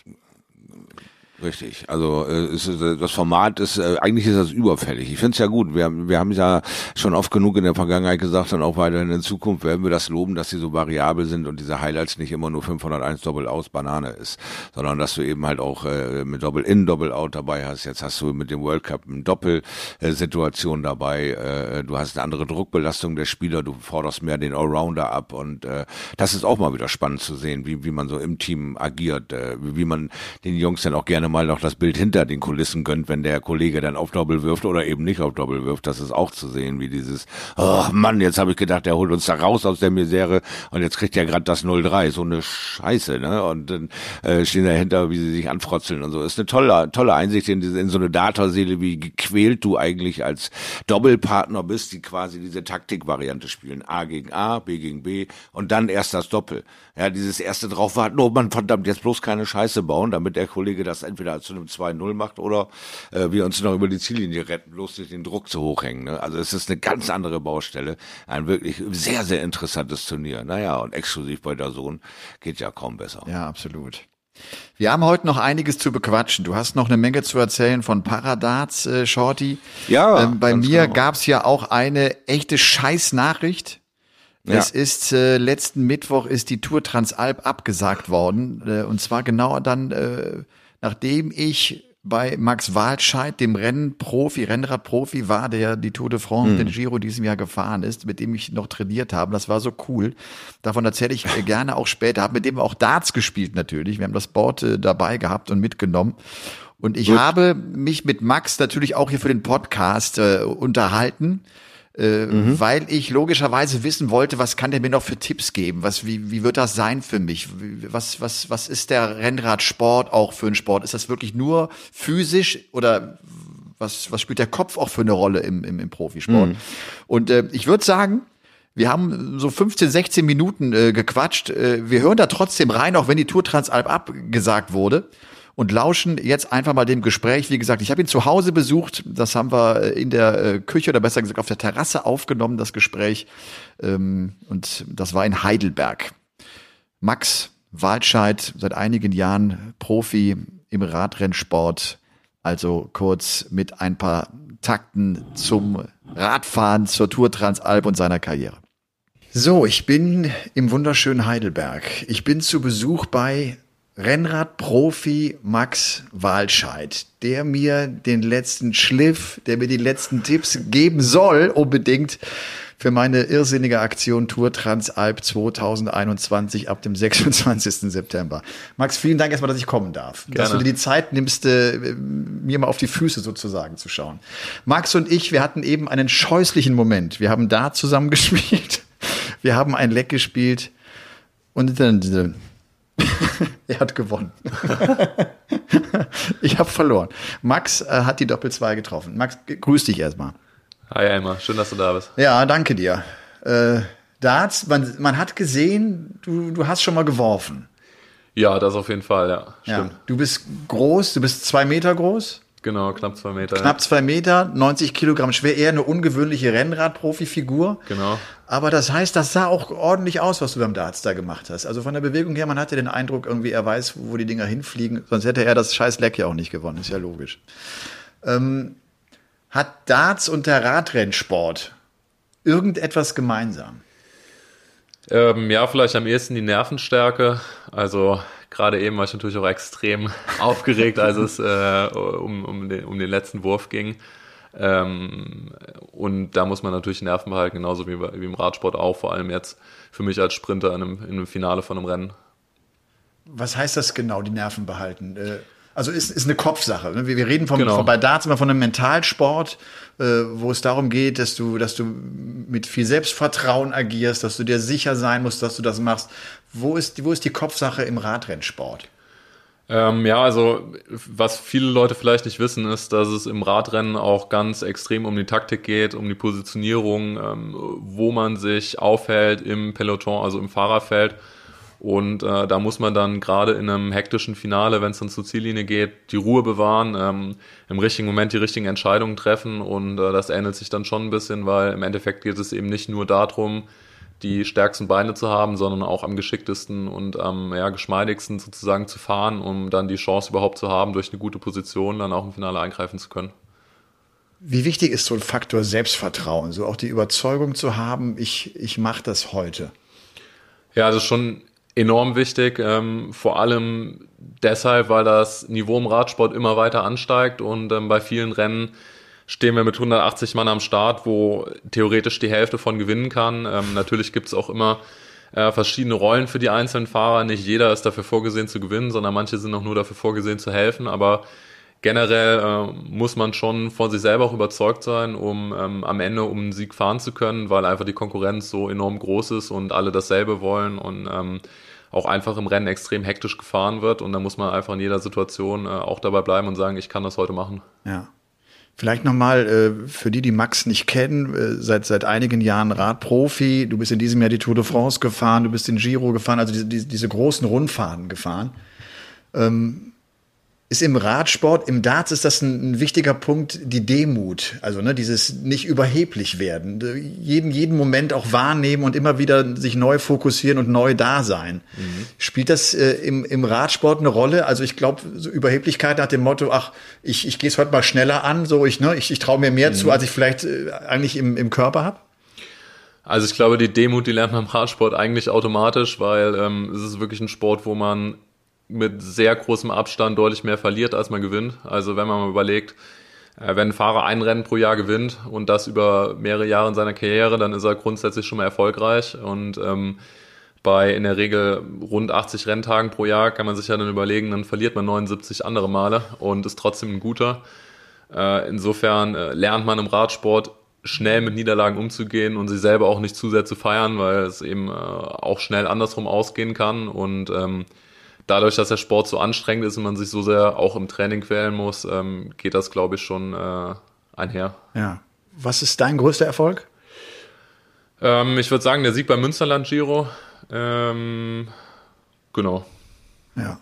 Richtig, also äh, es ist, äh, das Format ist, äh, eigentlich ist das überfällig. Ich finde es ja gut, wir, wir haben ja schon oft genug in der Vergangenheit gesagt und auch weiterhin in Zukunft werden wir das loben, dass sie so variabel sind und diese Highlights nicht immer nur fünfhunderteins Doppel aus Banane ist, sondern dass du eben halt auch äh, mit Doppel in, Doppel out dabei hast. Jetzt hast du mit dem World Cup eine Doppelsituation dabei, äh, du hast eine andere Druckbelastung der Spieler, du forderst mehr den Allrounder ab und äh, das ist auch mal wieder spannend zu sehen, wie, wie man so im Team agiert, äh, wie, wie man den Jungs dann auch gerne mal noch das Bild hinter den Kulissen gönnt, wenn der Kollege dann auf Doppel wirft oder eben nicht auf Doppel wirft. Das ist auch zu sehen, wie dieses, oh Mann, jetzt habe ich gedacht, der holt uns da raus aus der Misere und jetzt kriegt er gerade das null drei. So eine Scheiße, ne? Und dann äh, stehen dahinter, wie sie sich anfrotzeln und so. Ist eine tolle, tolle Einsicht in, diese, in so eine Dataseele, wie gequält du eigentlich als Doppelpartner bist, die quasi diese Taktikvariante spielen. A gegen A, B gegen B und dann erst das Doppel. Ja, dieses erste drauf warten, oh Mann, verdammt, jetzt bloß keine Scheiße bauen, damit der Kollege das entweder zu einem zwei null macht oder äh, wir uns noch über die Ziellinie retten, bloß durch den Druck zu hoch hängen. Ne? Also es ist eine ganz andere Baustelle. Ein wirklich sehr, sehr interessantes Turnier. Naja, und exklusiv bei der Sohn geht ja kaum besser. Ja, absolut. Wir haben heute noch einiges zu bequatschen. Du hast noch eine Menge zu erzählen von Paradarts, äh, Shorty. Ja, ähm, bei ganz mir genau. gab's ja auch eine echte Scheißnachricht. Ja. Es ist äh, letzten Mittwoch ist die Tour Transalp abgesagt worden äh, und zwar genau dann, äh, nachdem ich bei Max Walscheid, dem Rennprofi, Rennradprofi war, der die Tour de France, Mhm. den Giro diesem Jahr gefahren ist, mit dem ich noch trainiert habe. Das war so cool. Davon erzähle ich äh, gerne auch später. Habe mit dem auch Darts gespielt natürlich. Wir haben das Board äh, dabei gehabt und mitgenommen. Und ich Gut. habe mich mit Max natürlich auch hier für den Podcast äh, unterhalten. Äh, Mhm. weil ich logischerweise wissen wollte, was kann der mir noch für Tipps geben? Was, wie, wie wird das sein für mich? Wie- Was, was, was ist der Rennradsport auch für ein Sport? Ist das wirklich nur physisch oder was, was spielt der Kopf auch für eine Rolle im, im, im Profisport? Und äh, ich würde sagen, wir haben so fünfzehn, sechzehn Minuten äh, gequatscht. Äh, wir hören da trotzdem rein, auch wenn die Tour Transalp abgesagt wurde. Und lauschen jetzt einfach mal dem Gespräch. Wie gesagt, ich habe ihn zu Hause besucht. Das haben wir in der äh, Küche oder besser gesagt auf der Terrasse aufgenommen, das Gespräch. Ähm, und das war in Heidelberg. Max Walscheid, seit einigen Jahren Profi im Radrennsport. Also kurz mit ein paar Takten zum Radfahren, zur Tour Transalp und seiner Karriere. So, ich bin im wunderschönen Heidelberg. Ich bin zu Besuch bei Rennradprofi Max Walscheid, der mir den letzten Schliff, der mir die letzten Tipps geben soll, unbedingt für meine irrsinnige Aktion Tour Transalp zwanzig einundzwanzig ab dem sechsundzwanzigsten September. Max, vielen Dank erstmal, dass ich kommen darf. Gerne. Dass du dir die Zeit nimmst, äh, mir mal auf die Füße sozusagen zu schauen. Max und ich, wir hatten eben einen scheußlichen Moment. Wir haben da zusammen gespielt, wir haben ein Leck gespielt und dann er hat gewonnen. Ich habe verloren. Max äh, hat die Doppel zwei getroffen. Max, grüß dich erstmal. Hi Elmar, schön, dass du da bist. Ja, danke dir. Äh, Darts, man, man hat gesehen, du, du hast schon mal geworfen. Ja, das auf jeden Fall, ja. Stimmt. Ja, du bist groß, du bist zwei Meter groß. Genau, knapp zwei Meter. Knapp ja. zwei Meter, neunzig Kilogramm schwer, eher eine ungewöhnliche Rennradprofi-Figur. Genau. Aber das heißt, das sah auch ordentlich aus, was du beim Darts da gemacht hast. Also von der Bewegung her, man hatte den Eindruck, irgendwie er weiß, wo die Dinger hinfliegen. Sonst hätte er das scheiß Leck ja auch nicht gewonnen, ist ja logisch. Ähm, hat Darts und der Radrennsport irgendetwas gemeinsam? Ähm, ja, vielleicht am ehesten die Nervenstärke. Also gerade eben war ich natürlich auch extrem aufgeregt, als es äh, um, um, den, um den letzten Wurf ging. Ähm, und da muss man natürlich Nerven behalten, genauso wie, wie im Radsport auch, vor allem jetzt für mich als Sprinter in einem, in einem Finale von einem Rennen. Was heißt das genau, die Nerven behalten? Äh Also ist, ist eine Kopfsache. Ne? Wir, wir reden vom, genau. von, bei Darts immer von einem Mentalsport, äh, wo es darum geht, dass du, dass du mit viel Selbstvertrauen agierst, dass du dir sicher sein musst, dass du das machst. Wo ist, wo ist die Kopfsache im Radrennsport? Ähm, ja, also was viele Leute vielleicht nicht wissen, ist, dass es im Radrennen auch ganz extrem um die Taktik geht, um die Positionierung, ähm, wo man sich aufhält im Peloton, also im Fahrerfeld. Und äh, da muss man dann gerade in einem hektischen Finale, wenn es dann zur Ziellinie geht, die Ruhe bewahren, ähm, im richtigen Moment die richtigen Entscheidungen treffen. Und äh, das ähnelt sich dann schon ein bisschen, weil im Endeffekt geht es eben nicht nur darum, die stärksten Beine zu haben, sondern auch am geschicktesten und am ja, geschmeidigsten sozusagen zu fahren, um dann die Chance überhaupt zu haben, durch eine gute Position dann auch im Finale eingreifen zu können. Wie wichtig ist so ein Faktor Selbstvertrauen, so auch die Überzeugung zu haben, ich, ich mache das heute? Ja, das ist schon enorm wichtig, ähm, vor allem deshalb, weil das Niveau im Radsport immer weiter ansteigt und ähm, bei vielen Rennen stehen wir mit hundertachtzig Mann am Start, wo theoretisch die Hälfte von gewinnen kann. Ähm, natürlich gibt es auch immer äh, verschiedene Rollen für die einzelnen Fahrer. Nicht jeder ist dafür vorgesehen zu gewinnen, sondern manche sind auch nur dafür vorgesehen zu helfen. Aber generell äh, muss man schon von sich selber auch überzeugt sein, um ähm, am Ende um einen Sieg fahren zu können, weil einfach die Konkurrenz so enorm groß ist und alle dasselbe wollen und ähm, auch einfach im Rennen extrem hektisch gefahren wird. Und da muss man einfach in jeder Situation äh, auch dabei bleiben und sagen, ich kann das heute machen. Ja. Vielleicht nochmal äh, für die, die Max nicht kennen, äh, seit seit einigen Jahren Radprofi. Du bist in diesem Jahr die Tour de France gefahren, du bist den Giro gefahren, also diese, diese, diese großen Rundfahrten gefahren. Ähm, ist im Radsport, im Darts ist das ein, ein wichtiger Punkt, die Demut. Also ne, dieses nicht überheblich werden, jeden, jeden Moment auch wahrnehmen und immer wieder sich neu fokussieren und neu da sein. Mhm. Spielt das äh, im, im Radsport eine Rolle? Also ich glaube, so Überheblichkeit nach dem Motto, ach, ich, ich gehe es heute mal schneller an, so ich, ne, ich, ich traue mir mehr mhm. zu, als ich vielleicht äh, eigentlich im, im Körper habe? Also ich glaube, die Demut, die lernt man im Radsport eigentlich automatisch, weil ähm, es ist wirklich ein Sport, wo man mit sehr großem Abstand deutlich mehr verliert, als man gewinnt. Also wenn man mal überlegt, wenn ein Fahrer ein Rennen pro Jahr gewinnt und das über mehrere Jahre in seiner Karriere, dann ist er grundsätzlich schon mal erfolgreich. Und ähm, bei in der Regel rund achtzig Renntagen pro Jahr kann man sich ja dann überlegen, dann verliert man neunundsiebzig andere Male und ist trotzdem ein guter. Äh, insofern äh, lernt man im Radsport schnell mit Niederlagen umzugehen und sich selber auch nicht zu sehr zu feiern, weil es eben äh, auch schnell andersrum ausgehen kann. Und ähm, dadurch, dass der Sport so anstrengend ist und man sich so sehr auch im Training quälen muss, ähm, geht das, glaube ich, schon äh, einher. Ja. Was ist dein größter Erfolg? Ähm, ich würde sagen, der Sieg beim Münsterland Giro. Ähm, genau. Ja.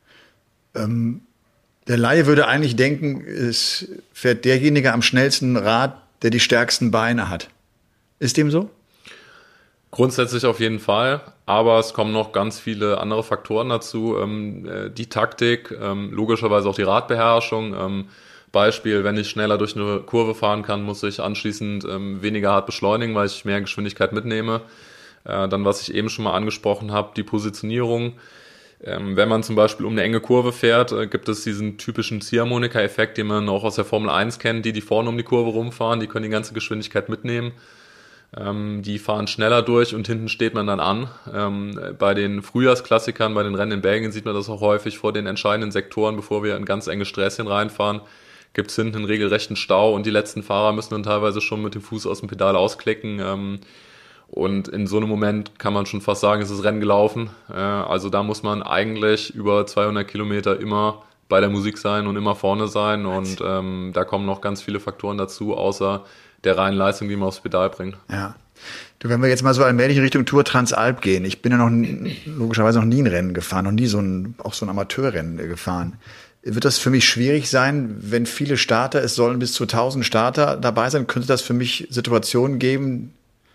Ähm, der Laie würde eigentlich denken, es fährt derjenige am schnellsten Rad, der die stärksten Beine hat. Ist dem so? Grundsätzlich auf jeden Fall, aber es kommen noch ganz viele andere Faktoren dazu. Ähm, die Taktik, ähm, logischerweise auch die Radbeherrschung. Ähm, Beispiel, wenn ich schneller durch eine Kurve fahren kann, muss ich anschließend ähm, weniger hart beschleunigen, weil ich mehr Geschwindigkeit mitnehme. Äh, dann, was ich eben schon mal angesprochen habe, die Positionierung. Ähm, wenn man zum Beispiel um eine enge Kurve fährt, äh, gibt es diesen typischen Ziehharmonika-Effekt, den man auch aus der Formel eins kennt. Die, die vorne um die Kurve rumfahren, die können die ganze Geschwindigkeit mitnehmen. Ähm, die fahren schneller durch und hinten steht man dann an. Ähm, bei den Frühjahrsklassikern, bei den Rennen in Belgien sieht man das auch häufig vor den entscheidenden Sektoren, bevor wir in ganz enge Sträßchen reinfahren, gibt es hinten einen regelrechten Stau und die letzten Fahrer müssen dann teilweise schon mit dem Fuß aus dem Pedal ausklicken. Ähm, und in so einem Moment kann man schon fast sagen, es ist Rennen gelaufen. Äh, also da muss man eigentlich über zweihundert Kilometer immer bei der Musik sein und immer vorne sein. Und ähm, da kommen noch ganz viele Faktoren dazu, außer der reinen Leistung, die man aufs Pedal bringt. Ja. Du, wenn wir jetzt mal so allmählich in Richtung Tour Transalp gehen, ich bin ja noch logischerweise noch nie ein Rennen gefahren, noch nie so ein, auch so ein Amateurrennen gefahren. Wird das für mich schwierig sein, wenn viele Starter, es sollen bis zu tausend Starter dabei sein, könnte das für mich Situationen geben,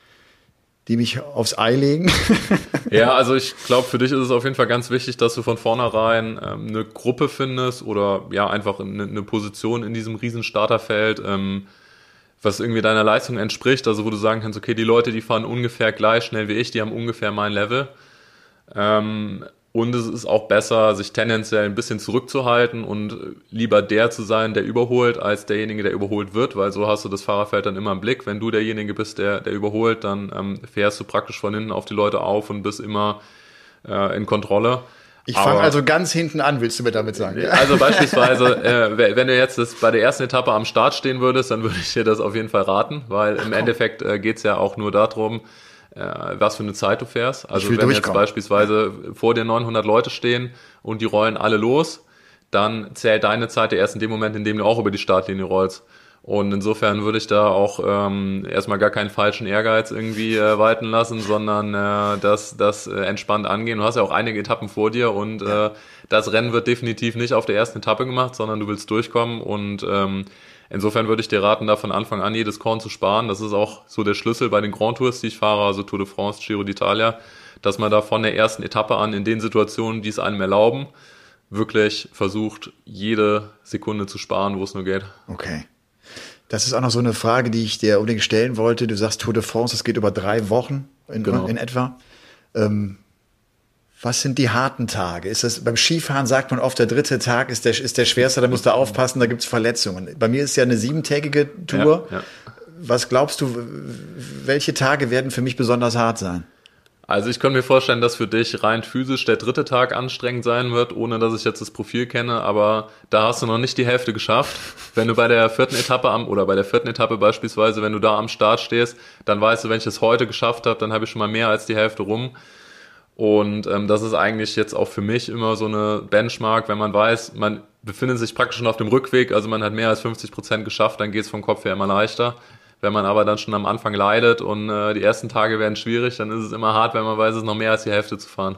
die mich aufs Ei legen? Ja, also ich glaube, für dich ist es auf jeden Fall ganz wichtig, dass du von vornherein ähm, eine Gruppe findest oder ja einfach eine, eine Position in diesem riesen Starterfeld, ähm, was irgendwie deiner Leistung entspricht, also wo du sagen kannst, okay, die Leute, die fahren ungefähr gleich schnell wie ich, die haben ungefähr mein Level. Ähm, und es ist auch besser, sich tendenziell ein bisschen zurückzuhalten und lieber der zu sein, der überholt, als derjenige, der überholt wird, weil so hast du das Fahrerfeld dann immer im Blick. Wenn du derjenige bist, der, der überholt, dann ähm, fährst du praktisch von hinten auf die Leute auf und bist immer äh, in Kontrolle. Ich fange also ganz hinten an, willst du mir damit sagen? Also beispielsweise, äh, wenn du jetzt das bei der ersten Etappe am Start stehen würdest, dann würde ich dir das auf jeden Fall raten, weil im Endeffekt äh, geht's ja auch nur darum, äh, was für eine Zeit du fährst. Also wenn jetzt beispielsweise vor dir neunhundert Leute stehen und die rollen alle los, dann zählt deine Zeit ja erst in dem Moment, in dem du auch über die Startlinie rollst. Und insofern würde ich da auch ähm, erstmal gar keinen falschen Ehrgeiz irgendwie äh, walten lassen, sondern äh, das, das äh, entspannt angehen. Du hast ja auch einige Etappen vor dir und äh, das Rennen wird definitiv nicht auf der ersten Etappe gemacht, sondern du willst durchkommen. Und ähm, insofern würde ich dir raten, da von Anfang an jedes Korn zu sparen. Das ist auch so der Schlüssel bei den Grand Tours, die ich fahre, also Tour de France, Giro d'Italia, dass man da von der ersten Etappe an in den Situationen, die es einem erlauben, wirklich versucht, jede Sekunde zu sparen, wo es nur geht. Okay. Das ist auch noch so eine Frage, die ich dir unbedingt stellen wollte. Du sagst Tour de France, das geht über drei Wochen in, genau. in etwa. Ähm, was sind die harten Tage? Ist das, beim Skifahren sagt man oft, der dritte Tag ist der, ist der schwerste, da musst du aufpassen, da gibt's Verletzungen. Bei mir ist ja eine siebentägige Tour. Ja, ja. Was glaubst du, welche Tage werden für mich besonders hart sein? Also ich könnte mir vorstellen, dass für dich rein physisch der dritte Tag anstrengend sein wird, ohne dass ich jetzt das Profil kenne, aber da hast du noch nicht die Hälfte geschafft. Wenn du bei der vierten Etappe am oder bei der vierten Etappe beispielsweise, wenn du da am Start stehst, dann weißt du, wenn ich es heute geschafft habe, dann habe ich schon mal mehr als die Hälfte rum. Und ähm, das ist eigentlich jetzt auch für mich immer so eine Benchmark, wenn man weiß, man befindet sich praktisch schon auf dem Rückweg, also man hat mehr als fünfzig Prozent geschafft, dann geht es vom Kopf her immer leichter. Wenn man aber dann schon am Anfang leidet und äh, die ersten Tage werden schwierig, dann ist es immer hart, wenn man weiß, es ist noch mehr als die Hälfte zu fahren.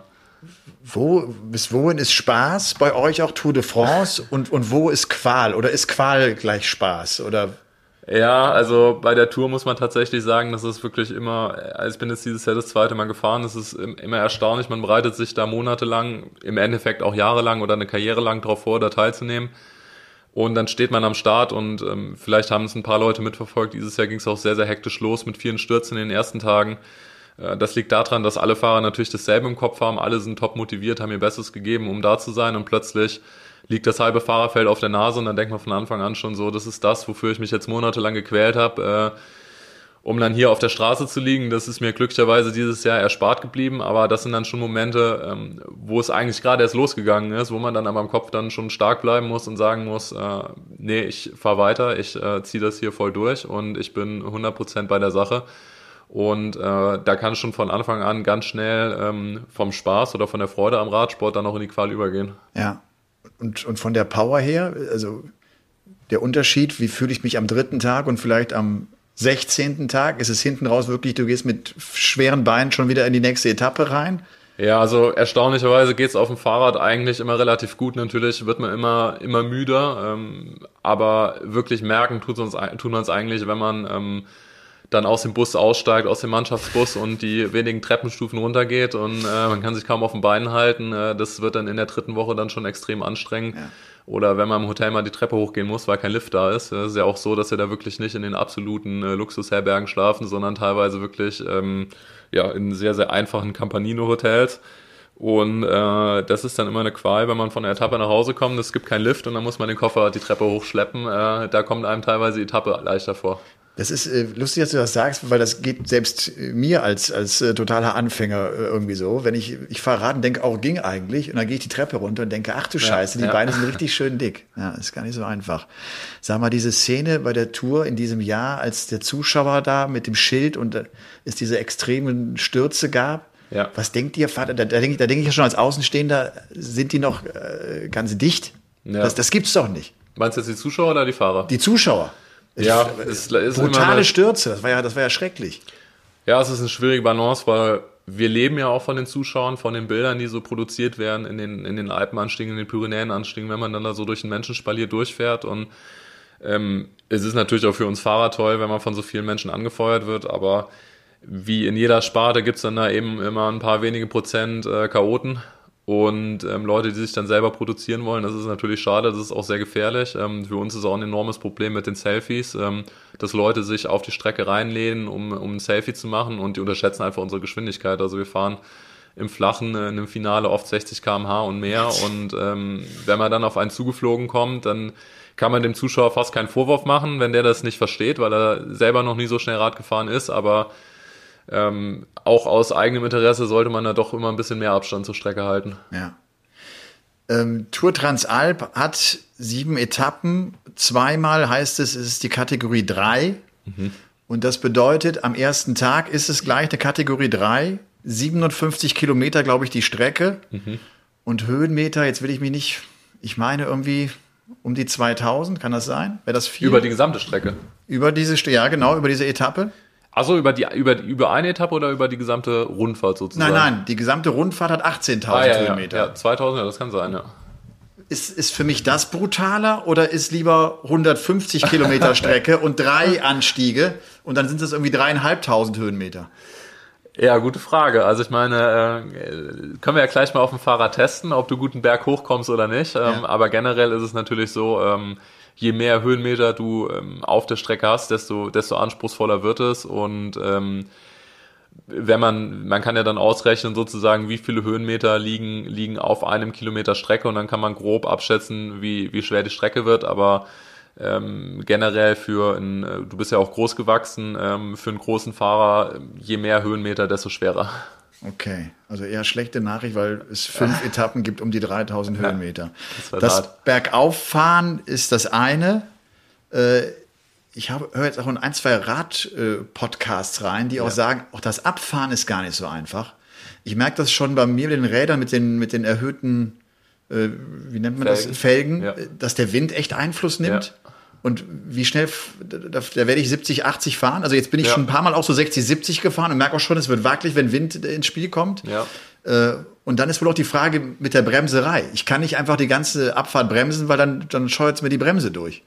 Wo, bis wohin ist Spaß bei euch auch Tour de France und, und wo ist Qual? Oder ist Qual gleich Spaß? Oder? Ja, also bei der Tour muss man tatsächlich sagen, das ist wirklich immer, also ich bin jetzt dieses Jahr das zweite Mal gefahren, es ist immer erstaunlich, man bereitet sich da monatelang, im Endeffekt auch jahrelang oder eine Karriere lang drauf vor, da teilzunehmen. Und dann steht man am Start und ähm, vielleicht haben es ein paar Leute mitverfolgt. Dieses Jahr ging es auch sehr, sehr hektisch los mit vielen Stürzen in den ersten Tagen. Äh, das liegt daran, dass alle Fahrer natürlich dasselbe im Kopf haben. Alle sind top motiviert, haben ihr Bestes gegeben, um da zu sein. Und plötzlich liegt das halbe Fahrerfeld auf der Nase und dann denkt man von Anfang an schon so, das ist das, wofür ich mich jetzt monatelang gequält habe, äh, um dann hier auf der Straße zu liegen. Das ist mir glücklicherweise dieses Jahr erspart geblieben, aber das sind dann schon Momente, ähm, wo es eigentlich gerade erst losgegangen ist, wo man dann aber im Kopf dann schon stark bleiben muss und sagen muss, äh, nee, ich fahr weiter, ich äh, ziehe das hier voll durch und ich bin hundert Prozent bei der Sache. Und äh, da kann es schon von Anfang an ganz schnell ähm, vom Spaß oder von der Freude am Radsport dann auch in die Qual übergehen. Ja, und, und von der Power her, also der Unterschied, wie fühle ich mich am dritten Tag und vielleicht am sechzehnten Tag? Ist es hinten raus wirklich, du gehst mit schweren Beinen schon wieder in die nächste Etappe rein? Ja, also erstaunlicherweise geht's auf dem Fahrrad eigentlich immer relativ gut. Natürlich wird man immer immer müder, ähm, aber wirklich merken tut uns tut man es eigentlich, wenn man ähm, dann aus dem Bus aussteigt, aus dem Mannschaftsbus und die wenigen Treppenstufen runtergeht und äh, man kann sich kaum auf den Beinen halten. Äh, das wird dann in der dritten Woche dann schon extrem anstrengend. Ja. Oder wenn man im Hotel mal die Treppe hochgehen muss, weil kein Lift da ist. Es ist ja auch so, dass wir da wirklich nicht in den absoluten äh, Luxusherbergen schlafen, sondern teilweise wirklich ähm, ja in sehr, sehr einfachen Campanino-Hotels. Und äh, das ist dann immer eine Qual, wenn man von der Etappe nach Hause kommt. Es gibt keinen Lift und dann muss man den Koffer die Treppe hochschleppen. Äh, da kommt einem teilweise die Etappe leichter vor. Das ist äh, lustig, dass du das sagst, weil das geht selbst äh, mir als als äh, totaler Anfänger äh, irgendwie so. Wenn ich ich fahre Rad und denke, auch ging eigentlich, und dann gehe ich die Treppe runter und denke, ach du Scheiße, die ja. Beine sind richtig schön dick. Ja, ist gar nicht so einfach. Sag mal, diese Szene bei der Tour in diesem Jahr, als der Zuschauer da mit dem Schild und äh, es diese extremen Stürze gab. Ja. Was denkt ihr, Vater? Da, da denke da denk ich ja schon als Außenstehender, sind die noch äh, ganz dicht? Ja. Das, das gibt's doch nicht. Meinst du jetzt die Zuschauer oder die Fahrer? Die Zuschauer. Ja, es ist brutale eine, Stürze, das war ja, das war ja schrecklich. Ja, es ist eine schwierige Balance, weil wir leben ja auch von den Zuschauern, von den Bildern, die so produziert werden in den, in den Alpenanstiegen, in den Pyrenäenanstiegen, wenn man dann da so durch ein Menschenspalier durchfährt. Und ähm, es ist natürlich auch für uns Fahrer toll, wenn man von so vielen Menschen angefeuert wird, aber wie in jeder Sparte gibt's dann da eben immer ein paar wenige Prozent äh, Chaoten. Und ähm, Leute, die sich dann selber produzieren wollen, das ist natürlich schade, das ist auch sehr gefährlich. Ähm, für uns ist auch ein enormes Problem mit den Selfies, ähm, dass Leute sich auf die Strecke reinlehnen, um, um ein Selfie zu machen, und die unterschätzen einfach unsere Geschwindigkeit. Also wir fahren im Flachen äh, in einem Finale oft sechzig Kilometer pro Stunde und mehr, und ähm, wenn man dann auf einen zugeflogen kommt, dann kann man dem Zuschauer fast keinen Vorwurf machen, wenn der das nicht versteht, weil er selber noch nie so schnell Rad gefahren ist, aber Ähm, auch aus eigenem Interesse sollte man da doch immer ein bisschen mehr Abstand zur Strecke halten. Ja. Ähm, Tour Transalp hat sieben Etappen. Zweimal heißt es, es ist die Kategorie drei. Mhm. Und das bedeutet, am ersten Tag ist es gleich eine Kategorie drei. siebenundfünfzig Kilometer, glaube ich, die Strecke. Mhm. Und Höhenmeter, jetzt will ich mich nicht, ich meine irgendwie um die zweitausend, kann das sein? Wäre das viel? Über die gesamte Strecke? Über diese, ja genau, über diese Etappe. Also über die über über eine Etappe oder über die gesamte Rundfahrt sozusagen? Nein, nein, die gesamte Rundfahrt hat achtzehntausend ah, ja, Höhenmeter. Ja, ja, zweitausend, ja, das kann sein, ja. Ist, ist für mich das brutaler oder ist lieber hundertfünfzig Kilometer Strecke und drei Anstiege und dann sind es irgendwie dreieinhalbtausend Höhenmeter? Ja, gute Frage. Also ich meine, äh, können wir ja gleich mal auf dem Fahrrad testen, ob du guten Berg hochkommst oder nicht. Ähm, ja. Aber generell ist es natürlich so, ähm, je mehr Höhenmeter du ähm, auf der Strecke hast, desto, desto anspruchsvoller wird es. Und ähm, wenn man, man kann ja dann ausrechnen sozusagen, wie viele Höhenmeter liegen, liegen auf einem Kilometer Strecke, und dann kann man grob abschätzen, wie, wie schwer die Strecke wird. Aber ähm, generell für ein, du bist ja auch groß gewachsen, ähm, für einen großen Fahrer, je mehr Höhenmeter, desto schwerer. Okay, also eher schlechte Nachricht, weil es fünf Etappen gibt um die dreitausend Höhenmeter. Das, das Bergauffahren ist das eine. Äh, ich höre jetzt auch in ein, zwei Rad-Podcasts rein, die auch ja. sagen, auch das Abfahren ist gar nicht so einfach. Ich merke das schon bei mir mit den Rädern, mit den, mit den erhöhten, äh, wie nennt man Felgen. das, Felgen, ja. dass der Wind echt Einfluss nimmt. Ja. Und wie schnell, da, da werde ich siebzig, achtzig fahren. Also jetzt bin ich ja. schon ein paar Mal auch so sechzig, siebzig gefahren und merke auch schon, es wird wackelig, wenn Wind ins Spiel kommt. Ja. Äh, und dann ist wohl auch die Frage mit der Bremserei. Ich kann nicht einfach die ganze Abfahrt bremsen, weil dann, dann scheuert es mir die Bremse durch.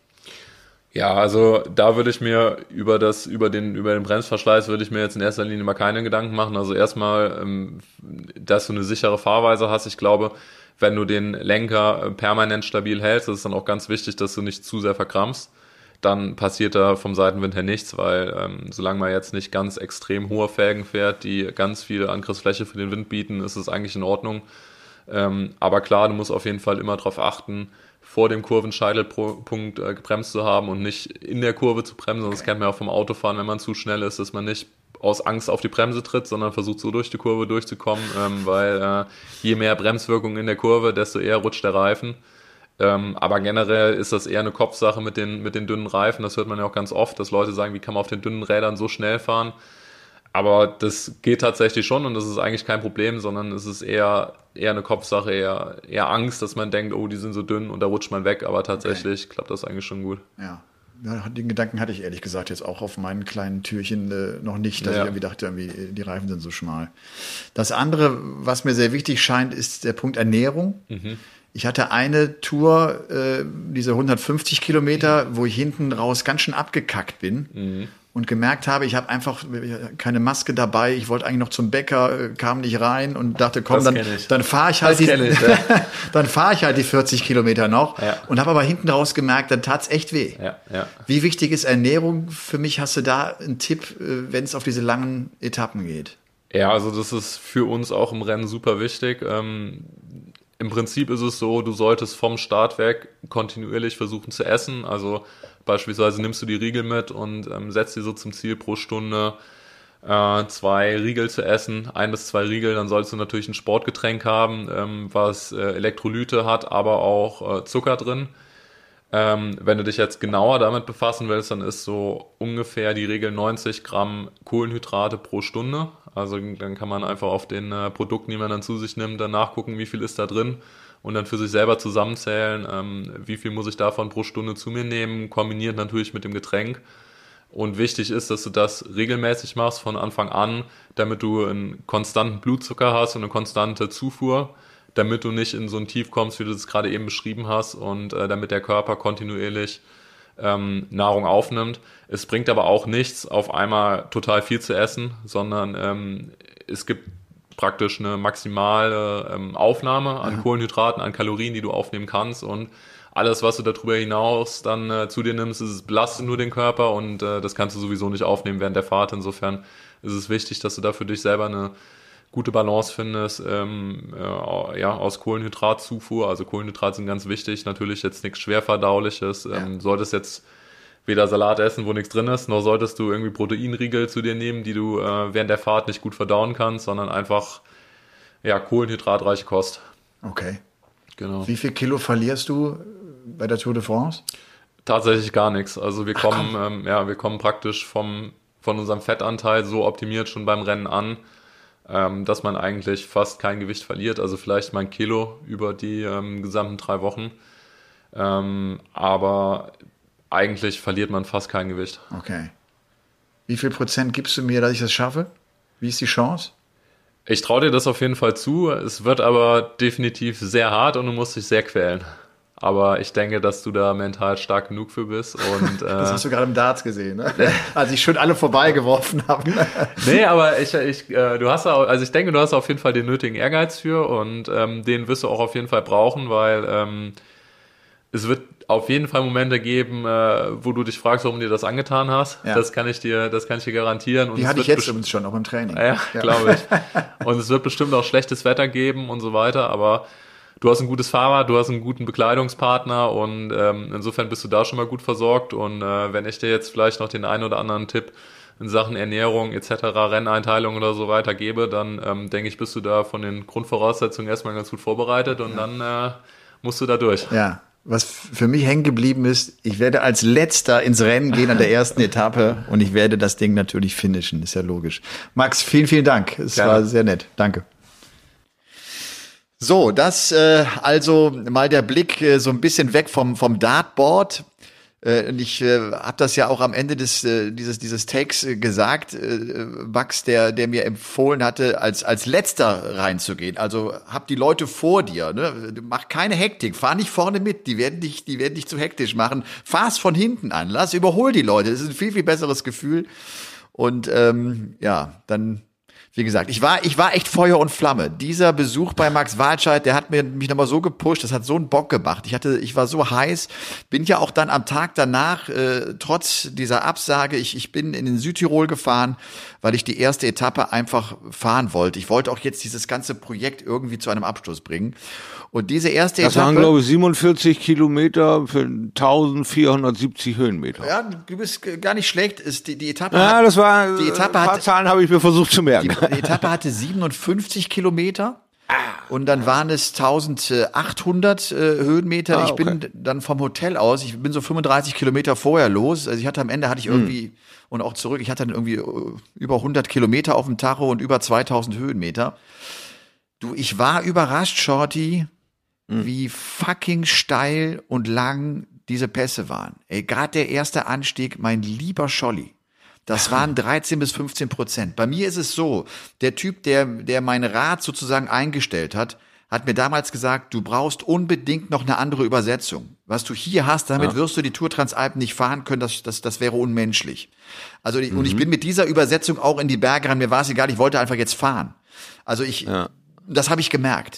Ja, also da würde ich mir über das, über den, über den Bremsverschleiß würde ich mir jetzt in erster Linie mal keine Gedanken machen. Also erstmal, ähm, dass du eine sichere Fahrweise hast. Ich glaube, wenn du den Lenker permanent stabil hältst, das ist dann auch ganz wichtig, dass du nicht zu sehr verkrampfst, dann passiert da vom Seitenwind her nichts, weil ähm, solange man jetzt nicht ganz extrem hohe Felgen fährt, die ganz viel Angriffsfläche für den Wind bieten, ist es eigentlich in Ordnung. Ähm, aber klar, du musst auf jeden Fall immer darauf achten, vor dem Kurvenscheitelpunkt äh, gebremst zu haben und nicht in der Kurve zu bremsen. Okay. Das kennt man auch vom Autofahren, wenn man zu schnell ist, dass man nicht aus Angst auf die Bremse tritt, sondern versucht so durch die Kurve durchzukommen, ähm, weil äh, je mehr Bremswirkung in der Kurve, desto eher rutscht der Reifen. Ähm, aber generell ist das eher eine Kopfsache mit den, mit den dünnen Reifen. Das hört man ja auch ganz oft, dass Leute sagen, wie kann man auf den dünnen Rädern so schnell fahren? Aber das geht tatsächlich schon, und das ist eigentlich kein Problem, sondern es ist eher, eher eine Kopfsache, eher, eher Angst, dass man denkt, oh, die sind so dünn und da rutscht man weg. Aber tatsächlich okay. klappt das eigentlich schon gut. Ja. Den Gedanken hatte ich ehrlich gesagt jetzt auch auf meinen kleinen Türchen äh, noch nicht, dass ja. ich irgendwie dachte, irgendwie, die Reifen sind so schmal. Das andere, was mir sehr wichtig scheint, ist der Punkt Ernährung. Mhm. Ich hatte eine Tour, äh, diese hundertfünfzig Kilometer, wo ich hinten raus ganz schön abgekackt bin. Mhm. Und gemerkt habe, ich habe einfach keine Maske dabei. Ich wollte eigentlich noch zum Bäcker, kam nicht rein und dachte, komm, dann, dann fahre ich halt die, ich, ja. dann fahre ich halt die vierzig Kilometer noch. Ja. Und habe aber hinten raus gemerkt, dann tat's echt weh. Ja, ja. Wie wichtig ist Ernährung für mich? Hast du da einen Tipp, wenn es auf diese langen Etappen geht? Ja, also das ist für uns auch im Rennen super wichtig. Ähm, im Prinzip ist es so, du solltest vom Start weg kontinuierlich versuchen zu essen. Also beispielsweise nimmst du die Riegel mit und ähm, setzt dir so zum Ziel pro Stunde äh, zwei Riegel zu essen, ein bis zwei Riegel. Dann solltest du natürlich ein Sportgetränk haben, ähm, was äh, Elektrolyte hat, aber auch äh, Zucker drin. Ähm, wenn du dich jetzt genauer damit befassen willst, dann ist so ungefähr die Regel neunzig Gramm Kohlenhydrate pro Stunde. Also dann kann man einfach auf den äh, Produkten, die man dann zu sich nimmt, dann nachgucken, wie viel ist da drin und dann für sich selber zusammenzählen, ähm, wie viel muss ich davon pro Stunde zu mir nehmen, kombiniert natürlich mit dem Getränk. Und wichtig ist, dass du das regelmäßig machst von Anfang an, damit du einen konstanten Blutzucker hast und eine konstante Zufuhr, damit du nicht in so ein Tief kommst, wie du es gerade eben beschrieben hast und äh, damit der Körper kontinuierlich ähm, Nahrung aufnimmt. Es bringt aber auch nichts, auf einmal total viel zu essen, sondern ähm, es gibt praktisch eine maximale ähm, Aufnahme an Kohlenhydraten, an Kalorien, die du aufnehmen kannst und alles, was du darüber hinaus dann äh, zu dir nimmst, ist, belastet nur den Körper und äh, das kannst du sowieso nicht aufnehmen während der Fahrt. Insofern ist es wichtig, dass du da für dich selber eine gute Balance findest, ähm, äh, ja, aus Kohlenhydratzufuhr. Also Kohlenhydrate sind ganz wichtig, natürlich jetzt nichts Schwerverdauliches. Ähm, ja. Solltest jetzt weder Salat essen, wo nichts drin ist, noch solltest du irgendwie Proteinriegel zu dir nehmen, die du äh, während der Fahrt nicht gut verdauen kannst, sondern einfach ja, kohlenhydratreiche Kost. Okay. Genau. Wie viel Kilo verlierst du bei der Tour de France? Tatsächlich gar nichts. Also wir kommen, ähm, ja, wir kommen praktisch vom, von unserem Fettanteil so optimiert schon beim Rennen an, ähm, dass man eigentlich fast kein Gewicht verliert. Also vielleicht mal ein Kilo über die ähm, gesamten drei Wochen. Ähm, aber eigentlich verliert man fast kein Gewicht. Okay. Wie viel Prozent gibst du mir, dass ich das schaffe? Wie ist die Chance? Ich traue dir das auf jeden Fall zu. Es wird aber definitiv sehr hart und du musst dich sehr quälen. Aber ich denke, dass du da mental stark genug für bist. Und, äh, das hast du gerade im Darts gesehen, ne? Als ich schon alle vorbeigeworfen habe. Nee, aber ich, ich, äh, du hast auch, also ich denke, du hast auf jeden Fall den nötigen Ehrgeiz für und ähm, den wirst du auch auf jeden Fall brauchen, weil ähm, es wird auf jeden Fall Momente geben, äh, wo du dich fragst, warum du dir das angetan hast. Ja. Das kann ich dir, das kann ich dir garantieren. Und die es hatte wird ich jetzt übrigens schon, auch im Training. Ja, ja. Glaube ich. Und es wird bestimmt auch schlechtes Wetter geben und so weiter, aber du hast ein gutes Fahrrad, du hast einen guten Bekleidungspartner und ähm, insofern bist du da schon mal gut versorgt. Und äh, wenn ich dir jetzt vielleicht noch den einen oder anderen Tipp in Sachen Ernährung et cetera, Renneinteilung oder so weiter gebe, dann ähm, denke ich, bist du da von den Grundvoraussetzungen erstmal ganz gut vorbereitet und ja. dann äh, musst du da durch. Ja. Was für mich hängen geblieben ist, ich werde als Letzter ins Rennen gehen an der ersten Etappe und ich werde das Ding natürlich finishen, ist ja logisch. Max, vielen, vielen Dank. Es Gerne. War sehr nett. Danke. So, das äh, also mal der Blick äh, so ein bisschen weg vom vom Dartboard. Äh, und ich äh, habe das ja auch am Ende des äh, dieses dieses Takes äh, gesagt, äh, Max, der der mir empfohlen hatte, als als Letzter reinzugehen. Also hab die Leute vor dir, ne? Mach keine Hektik, fahr nicht vorne mit, die werden dich die werden dich zu hektisch machen. Fahr's von hinten an, lass überhol die Leute. Das ist ein viel viel besseres Gefühl. Und ähm, ja, dann wie gesagt, ich war, ich war echt Feuer und Flamme. Dieser Besuch bei Max Walscheid, der hat mir, mich nochmal so gepusht, das hat so einen Bock gemacht. Ich hatte, ich war so heiß, bin ja auch dann am Tag danach, äh, trotz dieser Absage, ich, ich bin in den Südtirol gefahren, weil ich die erste Etappe einfach fahren wollte. Ich wollte auch jetzt dieses ganze Projekt irgendwie zu einem Abschluss bringen. Und diese erste das Etappe. Das waren, glaube ich, siebenundvierzig Kilometer für eintausendvierhundertsiebzig Höhenmeter. Ja, du bist gar nicht schlecht. Ist die, die Etappe. Ja, hat, das war, die Etappe ein paar hat, Zahlen habe ich mir versucht zu merken. Die, die Etappe hatte siebenundfünfzig Kilometer. Und dann waren es eintausendachthundert äh, Höhenmeter. Ah, okay. Ich bin dann vom Hotel aus, ich bin so fünfunddreißig Kilometer vorher los. Also ich hatte am Ende hatte ich irgendwie, hm. und auch zurück, ich hatte dann irgendwie über hundert Kilometer auf dem Tacho und über zweitausend Höhenmeter. Du, ich war überrascht, Shorty, hm. wie fucking steil und lang diese Pässe waren. Ey, gerade der erste Anstieg, mein lieber Scholli. Das waren dreizehn bis fünfzehn Prozent. Bei mir ist es so, der Typ, der, der mein Rad sozusagen eingestellt hat, hat mir damals gesagt, du brauchst unbedingt noch eine andere Übersetzung. Was du hier hast, damit ja. wirst du die Tour Transalpen nicht fahren können, das, das, das wäre unmenschlich. Also, mhm. und ich bin mit dieser Übersetzung auch in die Berge rein, mir war es egal, ich wollte einfach jetzt fahren. Also ich, ja. das habe ich gemerkt.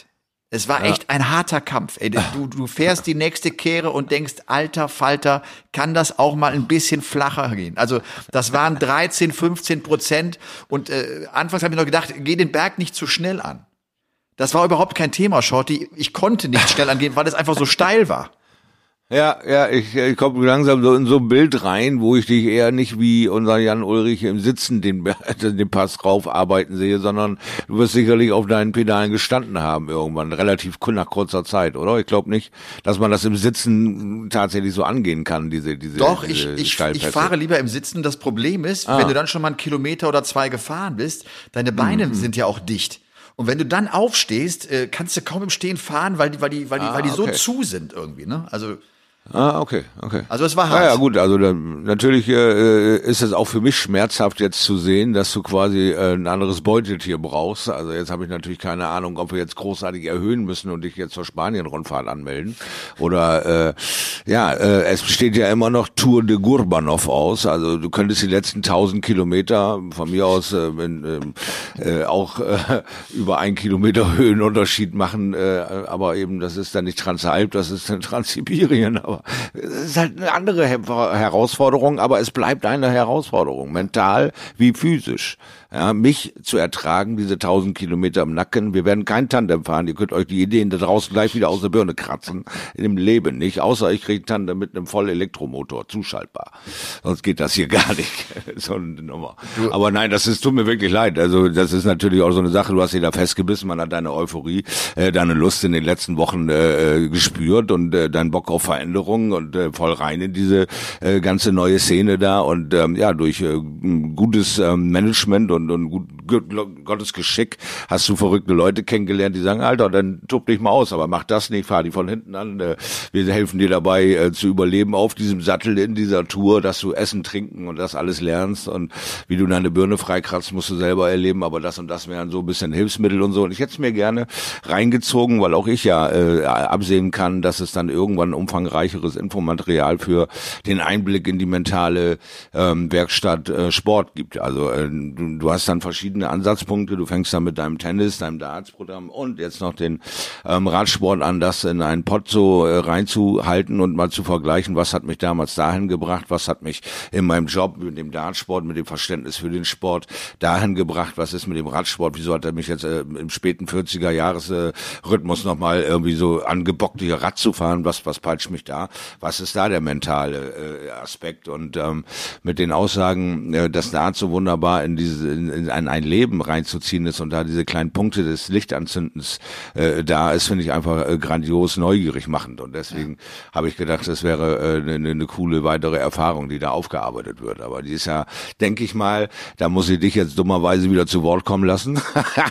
Es war echt ein harter Kampf. Ey, du, du fährst die nächste Kehre und denkst, alter Falter, kann das auch mal ein bisschen flacher gehen? Also das waren dreizehn, fünfzehn Prozent und äh, anfangs habe ich noch gedacht, geh den Berg nicht zu schnell an. Das war überhaupt kein Thema, Shorty. Ich konnte nicht schnell angehen, weil es einfach so steil war. Ja, ja, ich, ich komme langsam so in so ein Bild rein, wo ich dich eher nicht wie unser Jan Ulrich im Sitzen den, den Pass drauf arbeiten sehe, sondern du wirst sicherlich auf deinen Pedalen gestanden haben irgendwann, relativ nach kurzer Zeit, oder? Ich glaube nicht, dass man das im Sitzen tatsächlich so angehen kann, diese diese Doch, diese ich, ich, ich fahre lieber im Sitzen. Das Problem ist, ah. wenn du dann schon mal einen Kilometer oder zwei gefahren bist, deine Beine mhm. sind ja auch dicht. Und wenn du dann aufstehst, kannst du kaum im Stehen fahren, weil die, weil die, weil die, ah, weil die so okay. zu sind irgendwie, ne? Also Ah, okay, okay. Also es war hart. Ja, ja gut, also dann, natürlich äh, ist es auch für mich schmerzhaft jetzt zu sehen, dass du quasi äh, ein anderes Beutetier brauchst. Also jetzt habe ich natürlich keine Ahnung, ob wir jetzt großartig erhöhen müssen und dich jetzt zur Spanien-Rundfahrt anmelden. Oder äh, ja, äh, es steht ja immer noch Tour de Gurbanov aus. Also du könntest die letzten tausend Kilometer von mir aus äh, in, äh, auch äh, über ein Kilometer Höhenunterschied machen. Äh, aber eben, das ist dann nicht Transalp, das ist dann Transsibirien. Aber es ist halt eine andere Herausforderung, aber es bleibt eine Herausforderung, mental wie physisch. Ja, mich zu ertragen, diese tausend Kilometer im Nacken. Wir werden kein Tandem fahren. Ihr könnt euch die Ideen da draußen gleich wieder aus der Birne kratzen. In dem Leben nicht. Außer ich kriege Tandem mit einem Voll-Elektromotor, zuschaltbar. Sonst geht das hier gar nicht. So eine Nummer. Aber nein, das ist, tut mir wirklich leid. Also, das ist natürlich auch so eine Sache. Du hast dich da festgebissen. Man hat deine Euphorie, äh, deine Lust in den letzten Wochen äh, gespürt und äh, deinen Bock auf Veränderungen und äh, voll rein in diese äh, ganze neue Szene da. Und ähm, ja, durch äh, gutes äh, Management und Und, und gut, Gottes Geschick hast du verrückte Leute kennengelernt, die sagen, Alter, dann tob dich mal aus, aber mach das nicht, fahr die von hinten an. Wir helfen dir dabei äh, zu überleben auf diesem Sattel in dieser Tour, dass du essen, trinken und das alles lernst und wie du deine Birne freikratzt, musst du selber erleben, aber das und das wären so ein bisschen Hilfsmittel und so. Und ich hätte es mir gerne reingezogen, weil auch ich ja äh, absehen kann, dass es dann irgendwann umfangreicheres Infomaterial für den Einblick in die mentale ähm, Werkstatt äh, Sport gibt. Also äh, du, du hast dann verschiedene Ansatzpunkte. Du fängst dann mit deinem Tennis, deinem Darts-Programm und jetzt noch den ähm, Radsport an, das in einen Pott so äh, reinzuhalten und mal zu vergleichen, was hat mich damals dahin gebracht, was hat mich in meinem Job mit dem Dartsport, mit dem Verständnis für den Sport dahin gebracht, was ist mit dem Radsport, wieso hat er mich jetzt äh, im späten vierziger-Jahres-Rhythmus äh, nochmal irgendwie so angebockt, hier Rad zu fahren, was, was peitscht mich da, was ist da der mentale äh, Aspekt und ähm, mit den Aussagen, äh, dass Dart so wunderbar in diese in, in ein, ein Leben reinzuziehen ist und da diese kleinen Punkte des Lichtanzündens äh, da ist, finde ich einfach äh, grandios neugierig machend und deswegen ja. habe ich gedacht, das wäre eine äh, ne, ne coole weitere Erfahrung, die da aufgearbeitet wird, aber die ist ja, denke ich mal, da muss ich dich jetzt dummerweise wieder zu Wort kommen lassen,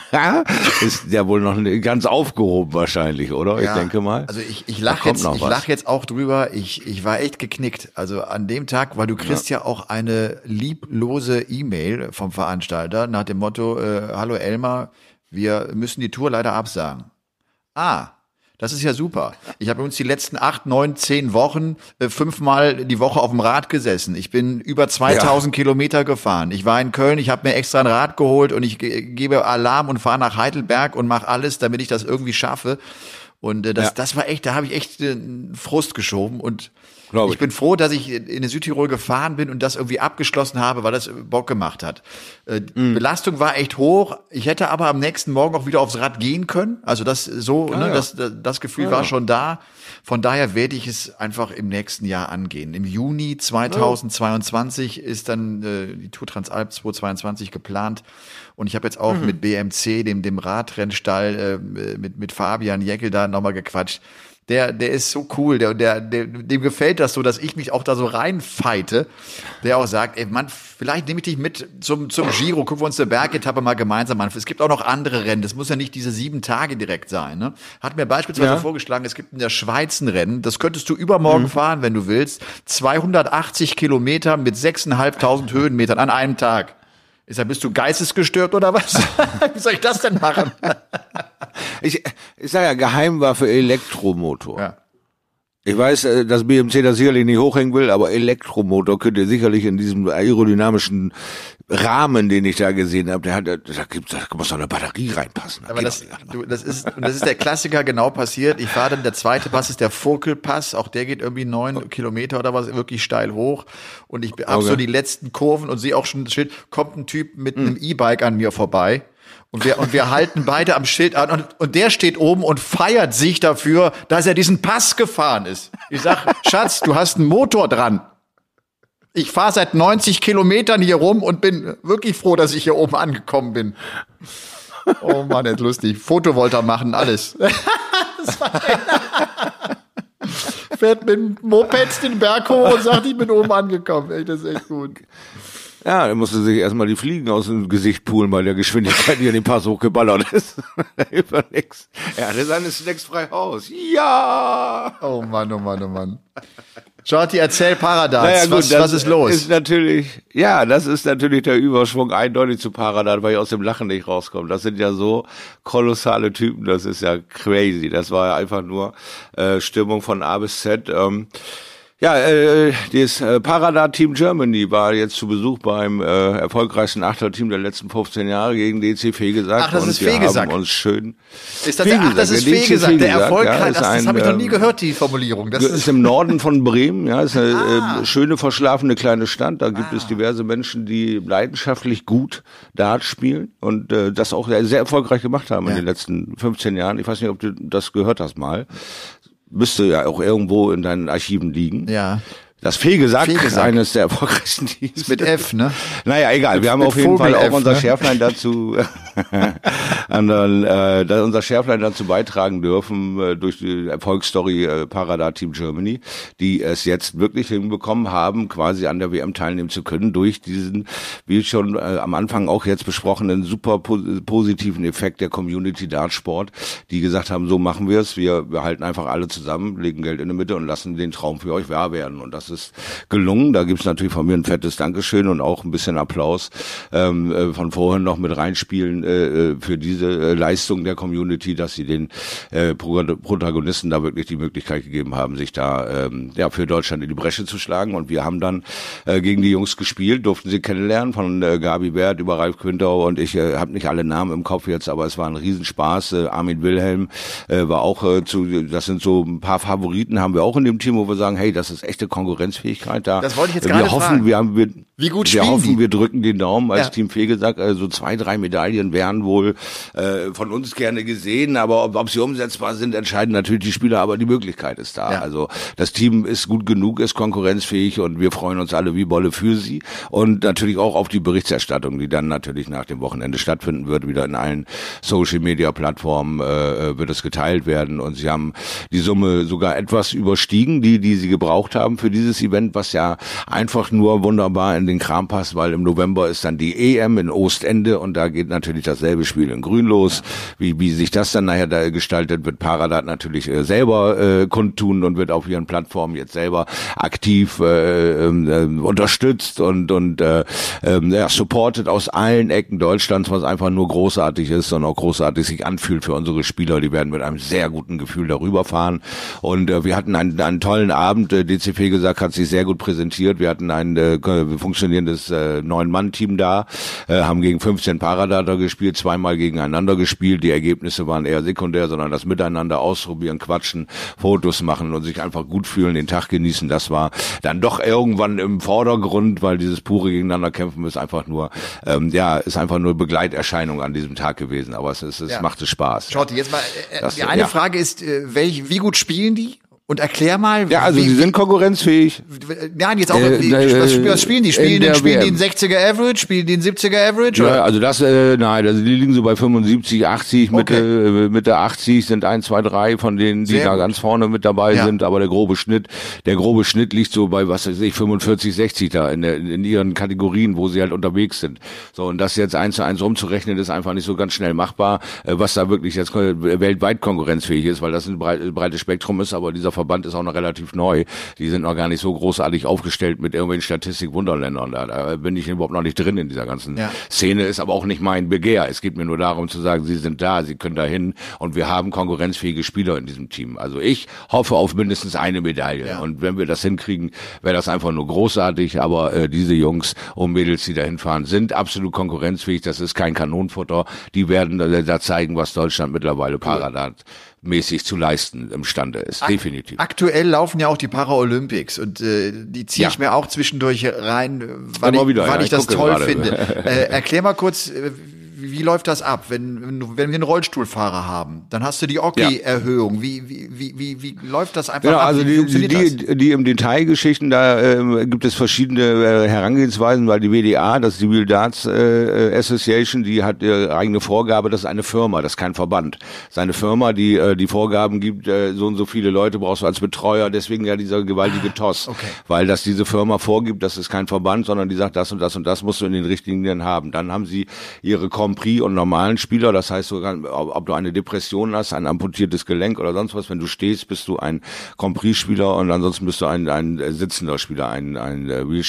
ist ja wohl noch ne, ganz aufgehoben wahrscheinlich, oder? Ja, ich denke mal. Also ich, ich lache jetzt, ich lach jetzt auch drüber, ich, ich war echt geknickt, also an dem Tag, weil du kriegst ja, ja auch eine lieblose E-Mail vom Veranstalter nach dem Motto, äh, hallo Elmar, wir müssen die Tour leider absagen. Ah, das ist ja super. Ich habe uns die letzten acht, neun, zehn Wochen äh, fünfmal die Woche auf dem Rad gesessen. Ich bin über zweitausend ja. Kilometer gefahren. Ich war in Köln, ich habe mir extra ein Rad geholt und ich ge- gebe Alarm und fahre nach Heidelberg und mache alles, damit ich das irgendwie schaffe. Und äh, das, ja. das war echt, da habe ich echt äh, Frust geschoben und ich. ich bin froh, dass ich in den Südtirol gefahren bin und das irgendwie abgeschlossen habe, weil das Bock gemacht hat. Äh, mm. Belastung war echt hoch. Ich hätte aber am nächsten Morgen auch wieder aufs Rad gehen können. Also das so, ah, ne, ja. das, das Gefühl ah, war ja. schon da. Von daher werde ich es einfach im nächsten Jahr angehen. Im Juni zweitausendzweiundzwanzig oh. ist dann äh, die Tour Transalp zweitausendzweiundzwanzig geplant. Und ich habe jetzt auch mhm. mit B M C, dem, dem Radrennstall, äh, mit, mit Fabian Jäckel da nochmal gequatscht. Der, der ist so cool, der, der, der, dem gefällt das so, dass ich mich auch da so reinfighte. Der auch sagt, ey Mann, vielleicht nehme ich dich mit zum, zum Giro, gucken wir uns eine Bergetappe mal gemeinsam an. Es gibt auch noch andere Rennen, das muss ja nicht diese sieben Tage direkt sein, ne? Hat mir beispielsweise ja. vorgeschlagen, es gibt in der Schweiz ein Rennen, das könntest du übermorgen mhm. fahren, wenn du willst. zweihundertachtzig Kilometer mit sechstausendfünfhundert Höhenmetern an einem Tag. Ist da, bist du geistesgestört oder was? Wie soll ich das denn machen? ich, ich sage ja, Geheimwaffe Elektromotor. Ja. Ich weiß, dass B M C das sicherlich nicht hochhängen will, aber Elektromotor könnt ihr sicherlich in diesem aerodynamischen Rahmen, den ich da gesehen habe, der hat, da gibt, da muss doch eine Batterie reinpassen. Aber das, du, das ist, das ist der Klassiker genau passiert. Ich fahre dann, der zweite Pass ist der Vogelpass, auch der geht irgendwie neun Kilometer oder was, wirklich steil hoch. Und ich hab so die letzten Kurven und sehe auch schon, steht, kommt ein Typ mit einem E-Bike an mir vorbei. Und wir, und wir halten beide am Schild an und, und der steht oben und feiert sich dafür, dass er diesen Pass gefahren ist. Ich sag, Schatz, du hast einen Motor dran. Ich fahre seit neunzig Kilometern hier rum und bin wirklich froh, dass ich hier oben angekommen bin. Oh Mann, das ist lustig. Foto wollte er machen, alles. Das war fährt mit dem Moped den Berg hoch und sagt, ich bin oben angekommen. Ey, das ist echt gut. Ja, er musste sich erstmal die Fliegen aus dem Gesicht poolen bei der Geschwindigkeit, die er den Pass hochgeballert ist. Da hilft er nix. Er hatte seine Snacks frei Haus. Ja! Oh Mann, oh Mann, oh Mann. Shorty, erzähl Paradarts. Naja, gut, was, was ist los? Ist natürlich, ja, das ist natürlich der Überschwung eindeutig zu Paradat, weil ich aus dem Lachen nicht rauskomme. Das sind ja so kolossale Typen, das ist ja crazy. Das war ja einfach nur äh, Stimmung von A bis Z. Ähm, Ja, äh, das äh, Paradat Team Germany war jetzt zu Besuch beim äh, erfolgreichsten Achtelteam der letzten fünfzehn Jahre gegen D C Fegesack. Ach, das und ist wir Fegesack. haben uns schön Ist das, ach, das ist der D C Fegesack, der Erfolg, ja, das, das ein, habe ich noch nie ähm, gehört, die Formulierung. Das ist, ist im Norden von Bremen, ja, ist eine Ah. äh, schöne, verschlafene kleine Stadt. Da gibt Ah. es diverse Menschen, die leidenschaftlich gut Dart spielen und äh, das auch sehr erfolgreich gemacht haben Ja. in den letzten fünfzehn Jahren. Ich weiß nicht, ob du das gehört hast mal. Müsste ja auch irgendwo in deinen Archiven liegen. Ja. Das Fegesack, Fegesack. eines der erfolgreichsten Teams. Mit F, ne? Naja, egal. Wir haben mit auf jeden Fall Vogel-F, auch unser ne? Schärflein dazu, an, äh, da unser Schärflein dazu beitragen dürfen äh, durch die Erfolgsstory äh, Paradat Team Germany, die es jetzt wirklich hinbekommen haben, quasi an der W M teilnehmen zu können durch diesen, wie schon äh, am Anfang auch jetzt besprochenen, super po positiven Effekt der Community Dartsport, die gesagt haben, so machen wir es. Wir, wir halten einfach alle zusammen, legen Geld in die Mitte und lassen den Traum für euch wahr werden. Und das ist gelungen. Da gibt's natürlich von mir ein fettes Dankeschön und auch ein bisschen Applaus ähm, äh, von vorhin noch mit reinspielen äh, für diese äh, Leistung der Community, dass sie den äh, Pro Protagonisten da wirklich die Möglichkeit gegeben haben, sich da ähm, ja für Deutschland in die Bresche zu schlagen. Und wir haben dann äh, gegen die Jungs gespielt, durften sie kennenlernen, von äh, Gabi Bert über Ralf Quintau und ich äh, habe nicht alle Namen im Kopf jetzt, aber es war ein Riesenspaß. Äh, Armin Wilhelm äh, war auch äh, zu, das sind so ein paar Favoriten, haben wir auch in dem Team, wo wir sagen, hey, das ist echte Konkurrenzfähigkeit. Da Das wollte ich jetzt wir gerade hoffen, fragen. Wir haben, wir, Wie gut wir spielen hoffen, die? wir drücken den Daumen als Ja. Team Fegesack. Also zwei, drei Medaillen wären wohl äh, von uns gerne gesehen, aber ob, ob sie umsetzbar sind, entscheiden natürlich die Spieler, aber die Möglichkeit ist da. Ja. Also das Team ist gut genug, ist konkurrenzfähig und wir freuen uns alle wie Bolle für sie und natürlich auch auf die Berichterstattung, die dann natürlich nach dem Wochenende stattfinden wird. Wieder in allen Social-Media-Plattformen äh, wird es geteilt werden und sie haben die Summe sogar etwas überstiegen, die, die sie gebraucht haben für dieses Event, was ja einfach nur wunderbar in den Kram passt, weil im November ist dann die E M in Ostende und da geht natürlich dasselbe Spiel in Grün los. Wie, wie sich das dann nachher da gestaltet, wird Paradat natürlich äh, selber äh, kundtun und wird auf ihren Plattformen jetzt selber aktiv äh, äh, unterstützt und, und äh, äh, ja, supportet aus allen Ecken Deutschlands, was einfach nur großartig ist und auch großartig sich anfühlt für unsere Spieler. Die werden mit einem sehr guten Gefühl darüber fahren und äh, wir hatten einen, einen tollen Abend. Äh, D C Fegesack hat sich sehr gut präsentiert. Wir hatten ein äh, funktionierendes äh, Neun-Mann-Team da, äh, haben gegen fünfzehn Paradater gespielt, zweimal gegeneinander gespielt. Die Ergebnisse waren eher sekundär, sondern das Miteinander ausprobieren, quatschen, Fotos machen und sich einfach gut fühlen, den Tag genießen. Das war dann doch irgendwann im Vordergrund, weil dieses pure Gegeneinander kämpfen ist einfach nur, ähm, ja, ist einfach nur Begleiterscheinung an diesem Tag gewesen. Aber es, ist, es Ja. macht es Spaß. Shorty, jetzt mal, äh, Das- die eine ja. Frage ist, äh, welch, wie gut spielen die? Und erklär mal, Ja, also wie, sie sind konkurrenzfähig. Nein, jetzt auch, Äh, wie, äh, was, was spielen die? in Spielen, der den, spielen W die M. einen sechziger Average? Spielen die einen siebziger Average? Ja, oder? also das, äh, nein, also die liegen so bei fünfundsiebzig, achtzig, Mitte, Okay. äh, Mitte achtzig sind ein, zwei, drei von denen, die Sehr da gut. ganz vorne mit dabei Ja. sind, aber der grobe Schnitt, der grobe Schnitt liegt so bei, was weiß ich, fünfundvierzig, sechzig da in, der, in ihren Kategorien, wo sie halt unterwegs sind. So, und das jetzt eins zu eins rumzurechnen, ist einfach nicht so ganz schnell machbar, äh, was da wirklich jetzt weltweit konkurrenzfähig ist, weil das ein breit, breites Spektrum ist, aber dieser Verband ist auch noch relativ neu. Die sind noch gar nicht so großartig aufgestellt mit irgendwelchen Statistik-Wunderländern. Da, da bin ich überhaupt noch nicht drin in dieser ganzen ja. Szene, ist aber auch nicht mein Begehr. Es geht mir nur darum zu sagen, sie sind da, sie können da hin und wir haben konkurrenzfähige Spieler in diesem Team. Also ich hoffe auf mindestens eine Medaille. Ja. Und wenn wir das hinkriegen, wäre das einfach nur großartig. Aber äh, diese Jungs und Mädels, die da hinfahren, sind absolut konkurrenzfähig. Das ist kein Kanonenfutter. Die werden äh, da zeigen, was Deutschland mittlerweile paradatmäßig zu leisten imstande ist. Ak- Definitiv. Aktuell laufen ja auch die Paralympics und äh, die ziehe ja. ich mir auch zwischendurch rein, weil Immer ich, wieder, weil ja, ich ich das toll gerade. finde. äh, erklär mal kurz, äh, wie läuft das ab, wenn, wenn, wenn wir einen Rollstuhlfahrer haben? Dann hast du die Oki-Erhöhung. Wie, wie, wie, wie, wie läuft das einfach genau, ab? Also wie die, die, die, die im Detailgeschichten, da äh, gibt es verschiedene äh, Herangehensweisen, weil die W D A, das ist die Wheel Darts äh, Association, die hat ihre eigene Vorgabe, das ist eine Firma, das ist kein Verband. Das ist eine Firma, die äh, die Vorgaben gibt, äh, so und so viele Leute brauchst du als Betreuer, deswegen ja dieser gewaltige Toss. Okay. Weil das diese Firma vorgibt, das ist kein Verband, sondern die sagt, das und das und das musst du in den Richtlinien haben. Dann haben sie ihre Grand Prix und normalen Spieler, das heißt sogar, ob du eine Depression hast, ein amputiertes Gelenk oder sonst was, wenn du stehst, bist du ein Grand Prix-Spieler und ansonsten bist du ein, ein sitzender Spieler, ein, ein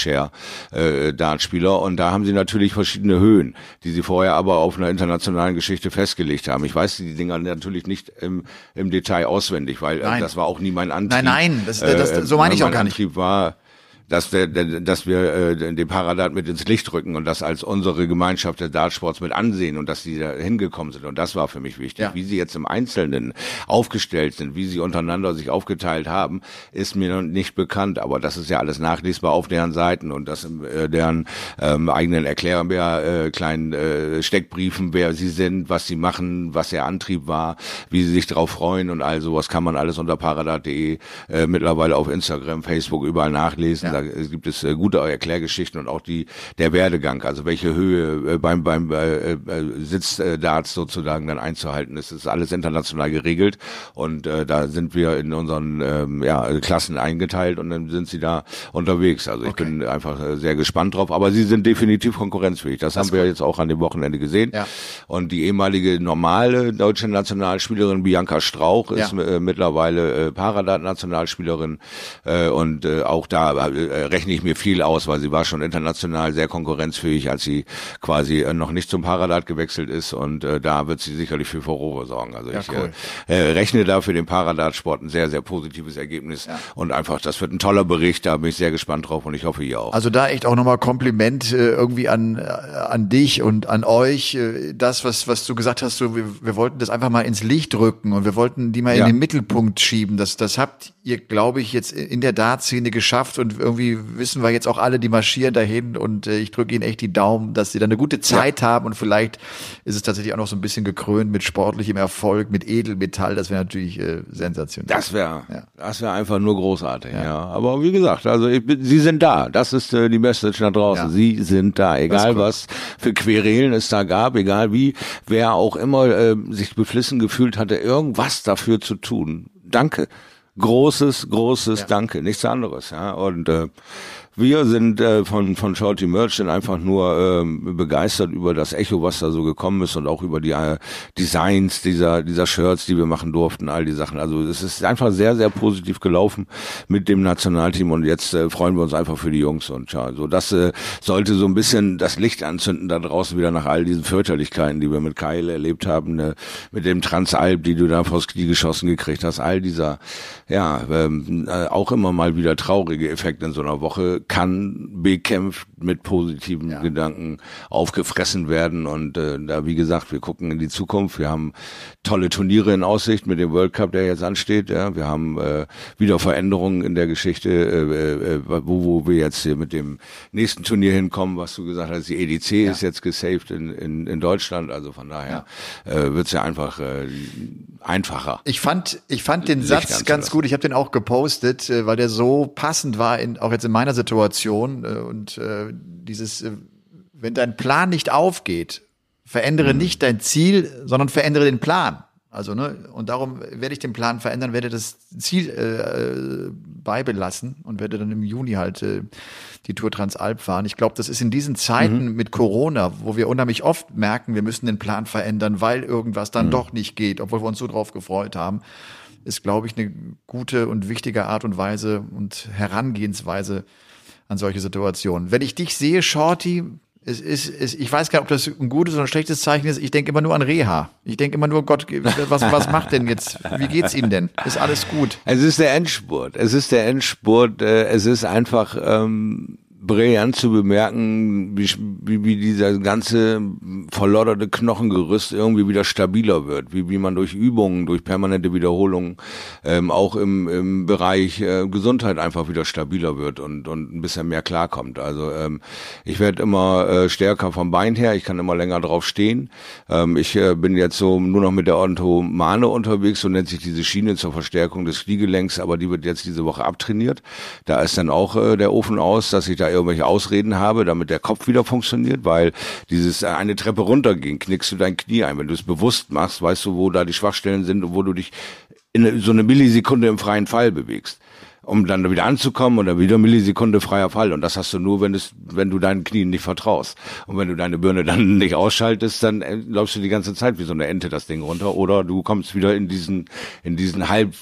Wheelchair-Dartspieler und da haben sie natürlich verschiedene Höhen, die sie vorher aber auf einer internationalen Geschichte festgelegt haben. Ich weiß die Dinger natürlich nicht im, im Detail auswendig, weil äh, das war auch nie mein Antrieb. Nein, nein, das, das, das, so meine ich auch gar nicht. Mein Antrieb war, dass, der, der, dass wir äh, den Paradat mit ins Licht rücken und das als unsere Gemeinschaft des Dartsports mit ansehen und dass sie da hingekommen sind. Und das war für mich wichtig. Ja. Wie sie jetzt im Einzelnen aufgestellt sind, wie sie untereinander sich aufgeteilt haben, ist mir noch nicht bekannt. Aber das ist ja alles nachlesbar auf deren Seiten und das in äh, deren ähm, eigenen Erklärbär, äh, kleinen äh, Steckbriefen, wer sie sind, was sie machen, was ihr Antrieb war, wie sie sich darauf freuen und all sowas kann man alles unter paradat punkt de äh, mittlerweile auf Instagram, Facebook überall nachlesen. Ja. Da gibt es äh, gute Erklärgeschichten und auch die der Werdegang, also welche Höhe äh, beim beim äh, äh, Sitzdarts sozusagen dann einzuhalten ist. Das ist alles international geregelt und äh, da sind wir in unseren ähm, ja, Klassen eingeteilt und dann sind sie da unterwegs. Also ich okay. bin einfach äh, sehr gespannt drauf, aber sie sind definitiv konkurrenzfähig. Das, das haben wir gut. jetzt auch an dem Wochenende gesehen. Ja. Und die ehemalige normale deutsche Nationalspielerin Bianca Strauch ja. ist äh, mittlerweile äh, Paradat-Nationalspielerin äh, und äh, auch da äh, rechne ich mir viel aus, weil sie war schon international sehr konkurrenzfähig, als sie quasi äh, noch nicht zum Paradat gewechselt ist und äh, da wird sie sicherlich für Furore sorgen. Also ja, ich cool. äh, rechne da für den Paradat-Sport ein sehr, sehr positives Ergebnis ja. und einfach, das wird ein toller Bericht, da bin ich sehr gespannt drauf und ich hoffe ihr auch. Also da echt auch nochmal Kompliment äh, irgendwie an äh, an dich und an euch. Äh, das, was was du gesagt hast, so, wir, wir wollten das einfach mal ins Licht rücken und wir wollten die mal ja. in den Mittelpunkt schieben. Das, das habt ihr, glaube ich, jetzt in der Dart-Szene geschafft und irgendwie wissen wir jetzt auch alle, die marschieren dahin und äh, ich drücke ihnen echt die Daumen, dass sie dann eine gute Zeit ja. haben und vielleicht ist es tatsächlich auch noch so ein bisschen gekrönt mit sportlichem Erfolg, mit Edelmetall, das wäre natürlich äh, sensationell. Das wäre ja. das wäre einfach nur großartig, ja. ja. Aber wie gesagt, also ich, sie sind da, das ist äh, die Message da draußen, ja. sie sind da, egal was für Querelen es da gab, egal wie, wer auch immer äh, sich beflissen gefühlt hatte, irgendwas dafür zu tun. Danke. Großes, großes ja. Danke, nichts anderes, ja. Und äh, wir sind äh, von von Shorty Merchant einfach nur äh, begeistert über das Echo, was da so gekommen ist und auch über die äh, Designs dieser dieser Shirts, die wir machen durften, all die Sachen. Also es ist einfach sehr, sehr positiv gelaufen mit dem Nationalteam und jetzt äh, freuen wir uns einfach für die Jungs und ja, so das äh, sollte so ein bisschen das Licht anzünden da draußen wieder nach all diesen Fürchterlichkeiten, die wir mit Kyle erlebt haben, ne, mit dem Transalp, die du da vors Knie geschossen gekriegt hast, all dieser ja ähm, äh, auch immer mal wieder traurige Effekte in so einer Woche kann bekämpft mit positiven ja. Gedanken aufgefressen werden und äh, da wie gesagt, wir gucken in die Zukunft, wir haben tolle Turniere in Aussicht mit dem World Cup, der jetzt ansteht, ja, wir haben äh, wieder Veränderungen in der Geschichte, äh, äh, wo, wo wir jetzt hier mit dem nächsten Turnier hinkommen, was du gesagt hast, die E D C ja. ist jetzt gesaved in, in, in Deutschland, also von daher ja. äh, wird's ja einfach äh, einfacher. Ich fand, ich fand den Satz ganz gut, ich habe den auch gepostet, äh, weil der so passend war, in, auch jetzt in meiner Situation äh, und äh, dieses, äh, wenn dein Plan nicht aufgeht, verändere mhm. nicht dein Ziel, sondern verändere den Plan. Also, ne, und darum werde ich den Plan verändern, werde das Ziel äh, beibelassen und werde dann im Juni halt äh, die Tour Transalp fahren. Ich glaube, das ist in diesen Zeiten mhm. mit Corona, wo wir unheimlich oft merken, wir müssen den Plan verändern, weil irgendwas dann mhm. doch nicht geht, obwohl wir uns so drauf gefreut haben. ist, glaube ich, eine gute und wichtige Art und Weise und Herangehensweise an solche Situationen. Wenn ich dich sehe, Shorty, es ist, es, ich weiß gar nicht, ob das ein gutes oder ein schlechtes Zeichen ist. Ich denke immer nur an Reha. Ich denke immer nur, Gott, was, was macht denn jetzt? Wie geht's Ihnen denn? Ist alles gut? Es ist der Endspurt. Es ist der Endspurt. Es ist einfach ähm, brillant zu bemerken, wie, wie, wie dieser ganze verlodderte Knochengerüst irgendwie wieder stabiler wird, wie, wie man durch Übungen, durch permanente Wiederholungen ähm, auch im, im Bereich äh, Gesundheit einfach wieder stabiler wird und, und ein bisschen mehr klarkommt. Also ähm, ich werde immer äh, stärker vom Bein her, ich kann immer länger drauf stehen. Ähm, ich äh, bin jetzt so nur noch mit der Orthomane unterwegs, so nennt sich diese Schiene zur Verstärkung des Kniegelenks, aber die wird jetzt diese Woche abtrainiert. Da ist dann auch äh, der Ofen aus, dass ich da irgendwelche Ausreden habe, damit der Kopf wieder funktioniert, weil dieses eine Treppe runtergehen, knickst du dein Knie ein. Wenn du es bewusst machst, weißt du, wo da die Schwachstellen sind und wo du dich in so eine Millisekunde im freien Fall bewegst, um dann wieder anzukommen und dann wieder Millisekunde freier Fall. Und das hast du nur, wenn es, wenn du deinen Knien nicht vertraust. Und wenn du deine Birne dann nicht ausschaltest, dann läufst du die ganze Zeit wie so eine Ente das Ding runter oder du kommst wieder in diesen, in diesen halb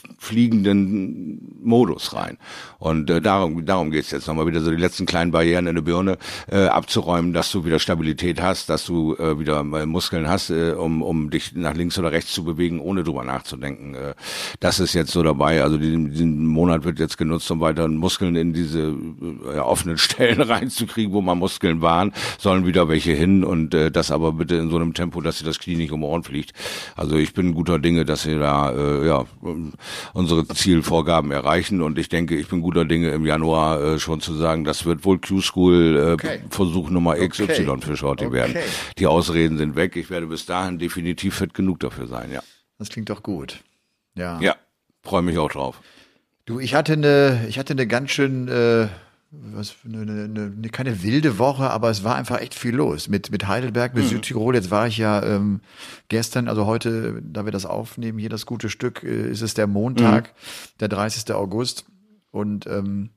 fliegenden Modus rein. Und äh, darum, darum geht's jetzt nochmal wieder so die letzten kleinen Barrieren in der Birne äh, abzuräumen, dass du wieder Stabilität hast, dass du äh, wieder äh, Muskeln hast, äh, um, um dich nach links oder rechts zu bewegen, ohne drüber nachzudenken. Äh, das ist jetzt so dabei. Also diesen, diesen Monat wird jetzt genutzt, um weiter Muskeln in diese äh, offenen Stellen reinzukriegen, wo mal Muskeln waren, sollen wieder welche hin und äh, das aber bitte in so einem Tempo, dass dir das Knie nicht um die Ohren fliegt. Also ich bin guter Dinge, dass wir da äh, ja unsere Zielvorgaben erreichen und ich denke, ich bin guter Dinge im Januar äh, schon zu sagen, das wird wohl Q-School äh, okay. Versuch Nummer X Y okay. für Shorty okay. werden. Die Ausreden sind weg. Ich werde bis dahin definitiv fit genug dafür sein, ja. Das klingt doch gut. Ja. Ja, freue mich auch drauf. Du, ich hatte eine, ich hatte eine ganz schön, äh, was, eine, eine, eine, keine wilde Woche, aber es war einfach echt viel los mit mit Heidelberg, mit mhm. Südtirol. Jetzt war ich ja ähm, gestern, also heute, da wir das aufnehmen, hier das gute Stück, äh, ist es der Montag, mhm. der dreißigsten August und ähm,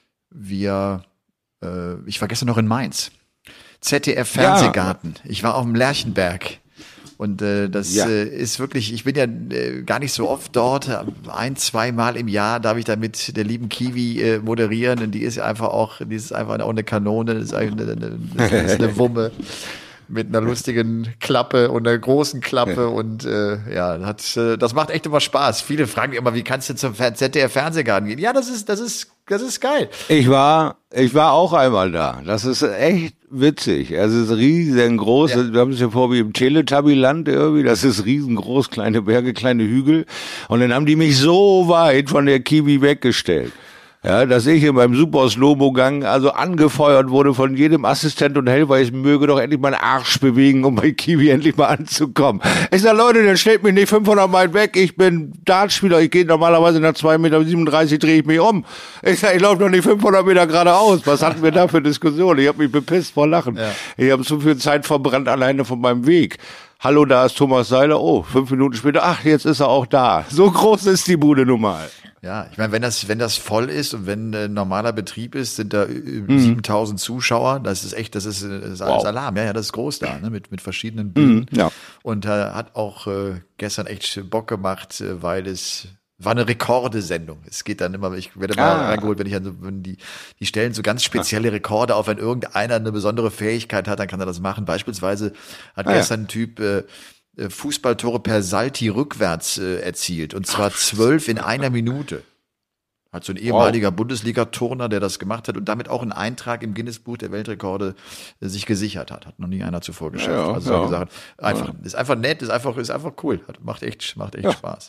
wir, äh, ich war gestern noch in Mainz, Z D F Fernsehgarten. Ja. Ich war auf dem Lerchenberg. Und äh, das ja. äh, ist wirklich, ich bin ja äh, gar nicht so oft dort, ein, zwei Mal im Jahr darf ich da mit der lieben Kiwi äh, moderieren und die ist einfach auch, die ist einfach auch eine Kanone, das ist eine, eine, eine, eine Wumme mit einer lustigen Klappe und einer großen Klappe und äh, ja, das, äh, das macht echt immer Spaß. Viele fragen mich immer, wie kannst du zum Z D F Fernsehgarten gehen? Ja, das ist, das ist, das ist geil. Ich war, ich war auch einmal da. Das ist echt witzig. Es ist riesengroß. Ja. Wir haben es ja vor wie im Teletubbyland irgendwie. Das ist riesengroß, kleine Berge, kleine Hügel. Und dann haben die mich so weit von der Kiwi weggestellt. Ja, dass ich in meinem Super Slow-Mo-Gang also angefeuert wurde von jedem Assistent und Helfer, ich möge doch endlich meinen Arsch bewegen, um bei Kiwi endlich mal anzukommen. Ich sag, Leute, dann stellt mich nicht fünfhundert Meilen weg, ich bin Dartspieler, ich gehe normalerweise nach zwei Meter siebenunddreißig drehe ich mich um. Ich sag, ich laufe doch nicht fünfhundert Meter geradeaus. Was hatten wir da für Diskussionen? Ich habe mich bepisst vor Lachen. Ja. Ich habe so viel Zeit verbrannt alleine von meinem Weg. Hallo, da ist Thomas Seiler. Oh, fünf Minuten später, ach, jetzt ist er auch da. So groß ist die Bude nun mal. Ja, ich meine, wenn das, wenn das voll ist und wenn äh, normaler Betrieb ist, sind da mhm. siebentausend Zuschauer. Das ist echt, das ist, das ist alles wow. Alarm. Ja, ja, das ist groß da, ne, mit, mit verschiedenen Bühnen. Mhm, ja. Und äh, hat auch äh, gestern echt Bock gemacht, äh, weil es war eine Rekordesendung. Es geht dann immer, ich werde mal ah. reingeholt, wenn ich dann, wenn die, die stellen so ganz spezielle Rekorde auf, wenn irgendeiner eine besondere Fähigkeit hat, dann kann er das machen. Beispielsweise hat ah, gestern ja. ein Typ, äh, Fußballtore per Salti rückwärts äh, erzielt. Und zwar zwölf in einer Minute. Hat so ein ehemaliger wow. Bundesliga-Turner, der das gemacht hat und damit auch einen Eintrag im Guinness-Buch der Weltrekorde äh, sich gesichert hat. Hat noch nie einer zuvor geschafft. Ja, also ja. solche Sachen. Einfach, ja. ist einfach nett, ist einfach, ist einfach cool. Hat, macht echt, macht echt ja. Spaß.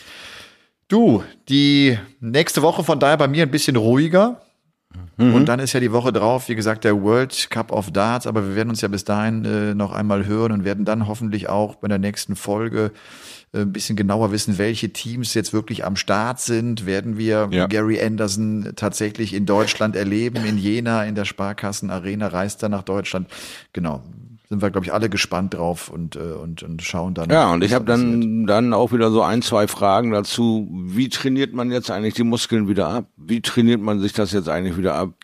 Du, die nächste Woche von daher bei mir ein bisschen ruhiger. Mhm. Und dann ist ja die Woche drauf, wie gesagt, der World Cup of Darts, aber wir werden uns ja bis dahin äh, noch einmal hören und werden dann hoffentlich auch bei der nächsten Folge äh, ein bisschen genauer wissen, welche Teams jetzt wirklich am Start sind. Werden wir ja. Gary Anderson tatsächlich in Deutschland erleben, in Jena, in der Sparkassen Arena, reist er nach Deutschland. Genau. Sind wir, glaube ich, alle gespannt drauf und, und, und schauen dann. Ja, und ich habe dann, dann auch wieder so ein, zwei Fragen dazu. Wie trainiert man jetzt eigentlich die Muskeln wieder ab? Wie trainiert man sich das jetzt eigentlich wieder ab?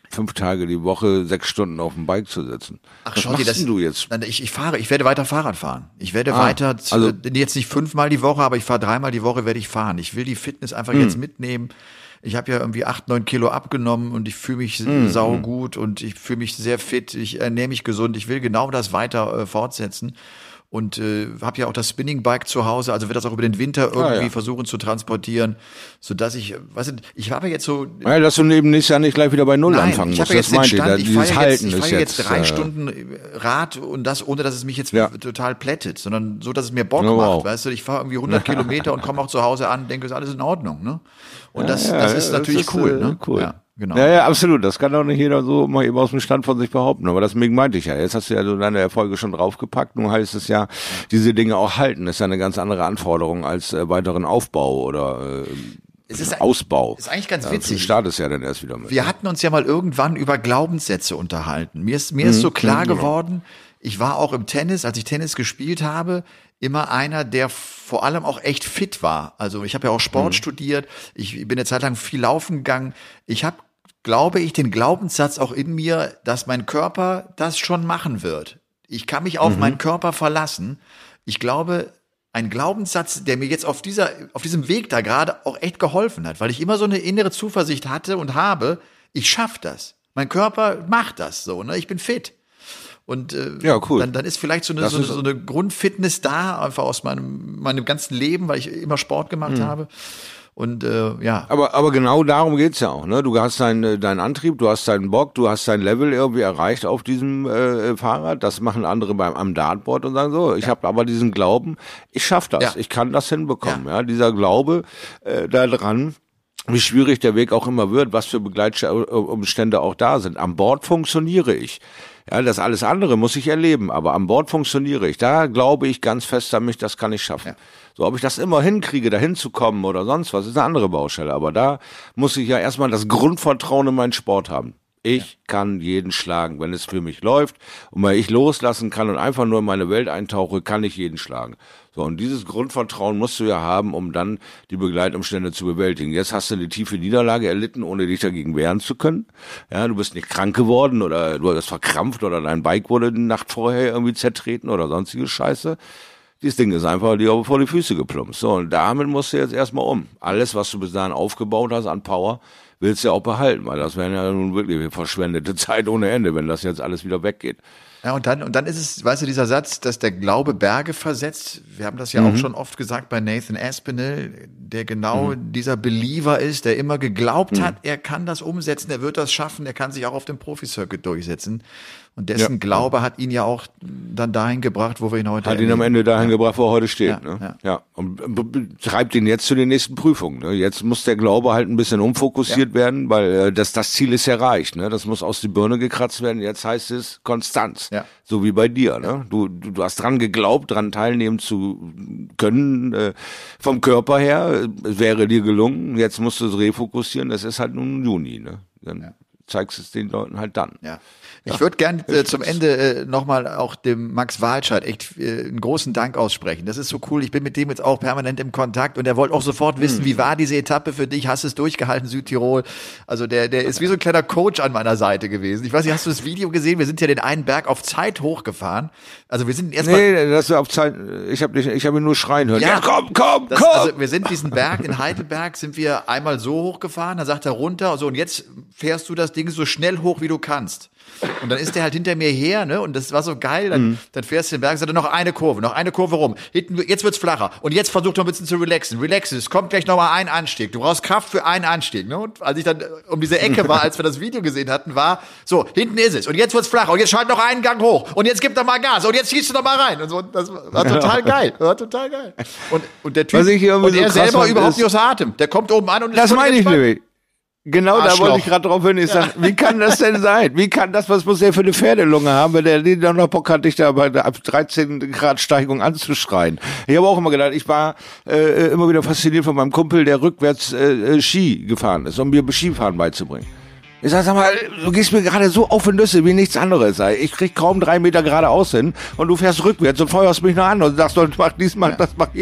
fünf Tage die Woche sechs Stunden auf dem Bike zu sitzen. Ach, was Schotti, machst das, denn du jetzt? Ich, ich fahre, ich werde weiter Fahrrad fahren. Ich werde Ah, weiter, also- jetzt nicht fünfmal die Woche, aber ich fahre dreimal die Woche, werde ich fahren. Ich will die Fitness einfach Hm. jetzt mitnehmen. Ich habe ja irgendwie acht, neun Kilo abgenommen und ich fühle mich Hm, saugut und ich fühle mich sehr fit. Ich ernähre mich gesund. Ich will genau das weiter äh, fortsetzen. Und äh, habe ja auch das Spinning-Bike zu Hause, also wird das auch über den Winter irgendwie Ah, ja. versuchen zu transportieren, sodass ich, weißt du, ich habe jetzt so Ja, dass du neben nächstes Jahr nicht gleich wieder bei Null Nein, anfangen ich musst. habe Das jetzt den meinte ich. Stand, Da- ich Dieses fahre jetzt, Halten ich ist fahre jetzt drei äh, Stunden Rad und das, ohne dass es mich jetzt Ja. total plättet, sondern so, dass es mir Bock Oh, wow. macht, weißt du, ich fahre irgendwie hundert Kilometer und komme auch zu Hause an, denke, ist alles in Ordnung, ne? Und das, ja, das ist das natürlich ist, cool, äh, ne? cool. Ja, genau. Ja, ja, absolut. Das kann auch nicht jeder so mal eben aus dem Stand von sich behaupten. Aber deswegen meinte ich ja. Jetzt hast du ja so deine Erfolge schon draufgepackt. Nun heißt es ja, diese Dinge auch halten. Das ist ja eine ganz andere Anforderung als äh, weiteren Aufbau oder äh, Es ist- Ausbau. ist eigentlich ganz Ja, witzig. Du startest ja dann erst wieder mit. Wir hatten uns ja mal irgendwann über Glaubenssätze unterhalten. Mir ist, mir ist so klar genau. geworden, ich war auch im Tennis, als ich Tennis gespielt habe, immer einer, der vor allem auch echt fit war. Also ich habe ja auch Sport studiert, ich bin eine Zeit lang viel laufen gegangen. Ich habe, glaube ich, den Glaubenssatz auch in mir, dass mein Körper das schon machen wird. Ich kann mich auf meinen Körper verlassen. Ich glaube, ein Glaubenssatz, der mir jetzt auf dieser, auf diesem Weg da gerade auch echt geholfen hat, weil ich immer so eine innere Zuversicht hatte und habe, ich schaff das. Mein Körper macht das so, ne? Ich bin fit. Und äh, Ja, cool. dann, dann ist vielleicht so eine, Das so, ist- so eine Grundfitness da, einfach aus meinem, meinem ganzen Leben, weil ich immer Sport gemacht habe. Und äh, ja, Aber, aber genau darum geht's ja auch, ne? Du hast deinen deinen Antrieb, du hast deinen Bock, du hast dein Level irgendwie erreicht auf diesem äh, Fahrrad. Das machen andere beim am Dartboard und sagen so, ich habe aber diesen Glauben, ich schaff das, Ja. ich kann das hinbekommen. Ja, dieser Glaube äh, daran, wie schwierig der Weg auch immer wird, was für Begleitumstände auch da sind. Am Bord funktioniere ich. Ja, das alles andere muss ich erleben, aber am Bord funktioniere ich. Da glaube ich ganz fest an mich, das kann ich schaffen. So, ob ich das immer hinkriege, da hinzukommen oder sonst was, ist eine andere Baustelle. Aber da muss ich ja erstmal das Grundvertrauen in meinen Sport haben. Ich kann jeden schlagen, wenn es für mich läuft. Und weil ich loslassen kann und einfach nur in meine Welt eintauche, kann ich jeden schlagen. So, und dieses Grundvertrauen musst du ja haben, um dann die Begleitumstände zu bewältigen. Jetzt hast du eine tiefe Niederlage erlitten, ohne dich dagegen wehren zu können. Ja, du bist nicht krank geworden oder du hast verkrampft oder dein Bike wurde die Nacht vorher irgendwie zertreten oder sonstige Scheiße. Dieses Ding ist einfach dir vor die Füße geplumpst. So, und damit musst du jetzt erstmal um. Alles, was du bis dahin aufgebaut hast an Power, willst du ja auch behalten, weil das wäre ja nun wirklich verschwendete Zeit ohne Ende, wenn das jetzt alles wieder weggeht. Ja, und dann, und dann ist es, weißt du, dieser Satz, dass der Glaube Berge versetzt. Wir haben das ja Mhm. auch schon oft gesagt bei Nathan Aspinall, der genau Mhm. dieser Believer ist, der immer geglaubt hat, er kann das umsetzen, er wird das schaffen, er kann sich auch auf dem Profi-Circuit durchsetzen. Und dessen Ja. Glaube hat ihn ja auch dann dahin gebracht, wo wir ihn heute Hat ihn am erleben. Ende dahin gebracht, wo er heute steht. Ja, ne? ja. ja. Und b- b- treibt ihn jetzt zu den nächsten Prüfungen. Ne? Jetzt muss der Glaube halt ein bisschen umfokussiert werden, weil äh, das, das Ziel ist erreicht. Ne? Das muss aus die Birne gekratzt werden. Jetzt heißt es Konstanz. Ja. So wie bei dir. Ne? Du, du, du hast dran geglaubt, dran teilnehmen zu können, äh, vom Körper her. Es wäre dir gelungen. Jetzt musst du es refokussieren. Das ist halt nun Juni. Ne? Dann zeigst du es den Leuten halt dann. Ja. Ich würde gern äh, zum Ende äh, nochmal auch dem Max Walscheid echt äh, einen großen Dank aussprechen. Das ist so cool. Ich bin mit dem jetzt auch permanent im Kontakt und er wollte auch sofort wissen, wie war diese Etappe für dich? Hast du es durchgehalten, Südtirol? Also der, der ist wie so ein kleiner Coach an meiner Seite gewesen. Ich weiß nicht, hast du das Video gesehen? Wir sind ja den einen Berg auf Zeit hochgefahren. Also wir sind erstmal. Nee, das war auf Zeit. Ich habe ich hab ihn nur schreien hören. Ja. Ja, komm, komm, Das, komm! also wir sind diesen Berg in Heidelberg, sind wir einmal so hochgefahren, dann sagt er runter, so und jetzt fährst du das Ding so schnell hoch, wie du kannst. Und dann ist der halt hinter mir her, ne? Und das war so geil. Dann, mhm. dann fährst du den Berg, sagt er, noch eine Kurve, noch eine Kurve rum. Hinten, jetzt wird's flacher. Und jetzt versucht er ein bisschen zu relaxen. Relaxen, es kommt gleich noch mal ein Anstieg. Du brauchst Kraft für einen Anstieg, ne? Und als ich dann um diese Ecke war, als wir das Video gesehen hatten, war so, hinten ist es. Und jetzt wird's flacher. Und jetzt schalt noch einen Gang hoch. Und jetzt gib doch mal Gas. Und jetzt schießt du doch mal rein. Und so, das war total geil. Das war total geil. Und, und der Typ, Was ich irgendwie und so er krass selber fand, überhaupt ist- nicht aus Atem. Der kommt oben an und ist Das völlig meine ich entspannt. nämlich. Genau, da Arschloch. wollte ich gerade drauf hin. Ich sag, wie kann das denn sein? Wie kann das, was muss der für eine Pferdelunge haben, wenn der die dann noch Bock hat, dich da bei der ab dreizehn Grad Steigung anzuschreien? Ich habe auch immer gedacht, ich war äh, immer wieder fasziniert von meinem Kumpel, der rückwärts äh, Ski gefahren ist, um mir Skifahren beizubringen. Ich sag, sag mal, du gehst mir gerade so auf die Nüsse wie nichts anderes. Ich krieg kaum drei Meter geradeaus hin und du fährst rückwärts und feuerst mich noch an und sagst, mach dies, mach das, mach jedes.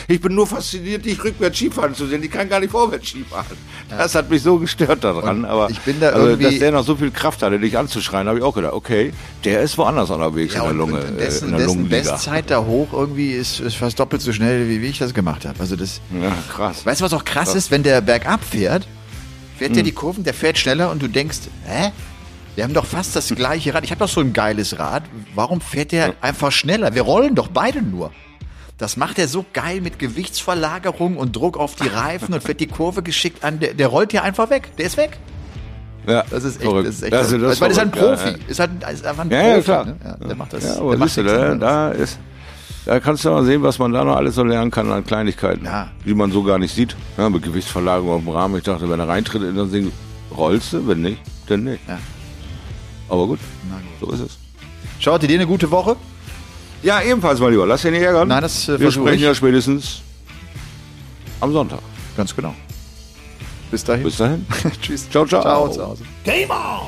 Ich bin nur fasziniert, dich rückwärts Skifahren zu sehen. Ich kann gar nicht vorwärts Skifahren. Das hat mich so gestört daran. Und aber ich bin da also, irgendwie- dass der noch so viel Kraft hatte, dich anzuschreien, habe ich auch gedacht, okay, der ist woanders unterwegs Ja, in der und, Lunge, und äh, dessen, in der dessen Lungenliga. Bestzeit da hoch irgendwie ist, ist fast doppelt so schnell, wie, wie ich das gemacht habe. Also das, Ja, krass. weißt du, was auch krass ist, wenn der bergab fährt, fährt Hm. der die Kurven, der fährt schneller und du denkst, hä? Wir haben doch fast das gleiche Rad. Ich habe doch so ein geiles Rad. Warum fährt der einfach schneller? Wir rollen doch beide nur. Das macht er so geil mit Gewichtsverlagerung und Druck auf die Reifen und fährt die Kurve geschickt an. Der, der rollt ja einfach weg. Der ist weg. Ja, Das ist echt, verrückt. das ist echt. Also, das weil das ist ein verrückt, Profi. ja, Ist halt ist einfach ein Ja, Profi. ja, klar. Ne? Ja, der macht das. Ja, der aber macht siehst du, nichts da, anderes. da ist, da kannst du mal sehen, was man da noch alles so lernen kann an Kleinigkeiten, Ja. die man so gar nicht sieht. Ja, mit Gewichtsverlagerung auf dem Rahmen. Ich dachte, wenn er reintritt in das Ding, rollst du, wenn nicht, dann nicht. Ja. Aber gut, Na gut. so ist es. Schaut, dir eine gute Woche? Ja, ebenfalls, mein Lieber. Lass dich nicht ärgern. Nein, das, äh, Wir versuche sprechen ich. ja spätestens am Sonntag. Ganz genau. Bis dahin. Bis dahin. Tschüss. Ciao, ciao. Ciao zu Hause. Game on!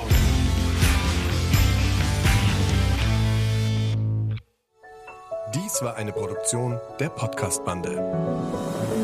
Dies war eine Produktion der Podcast-Bande.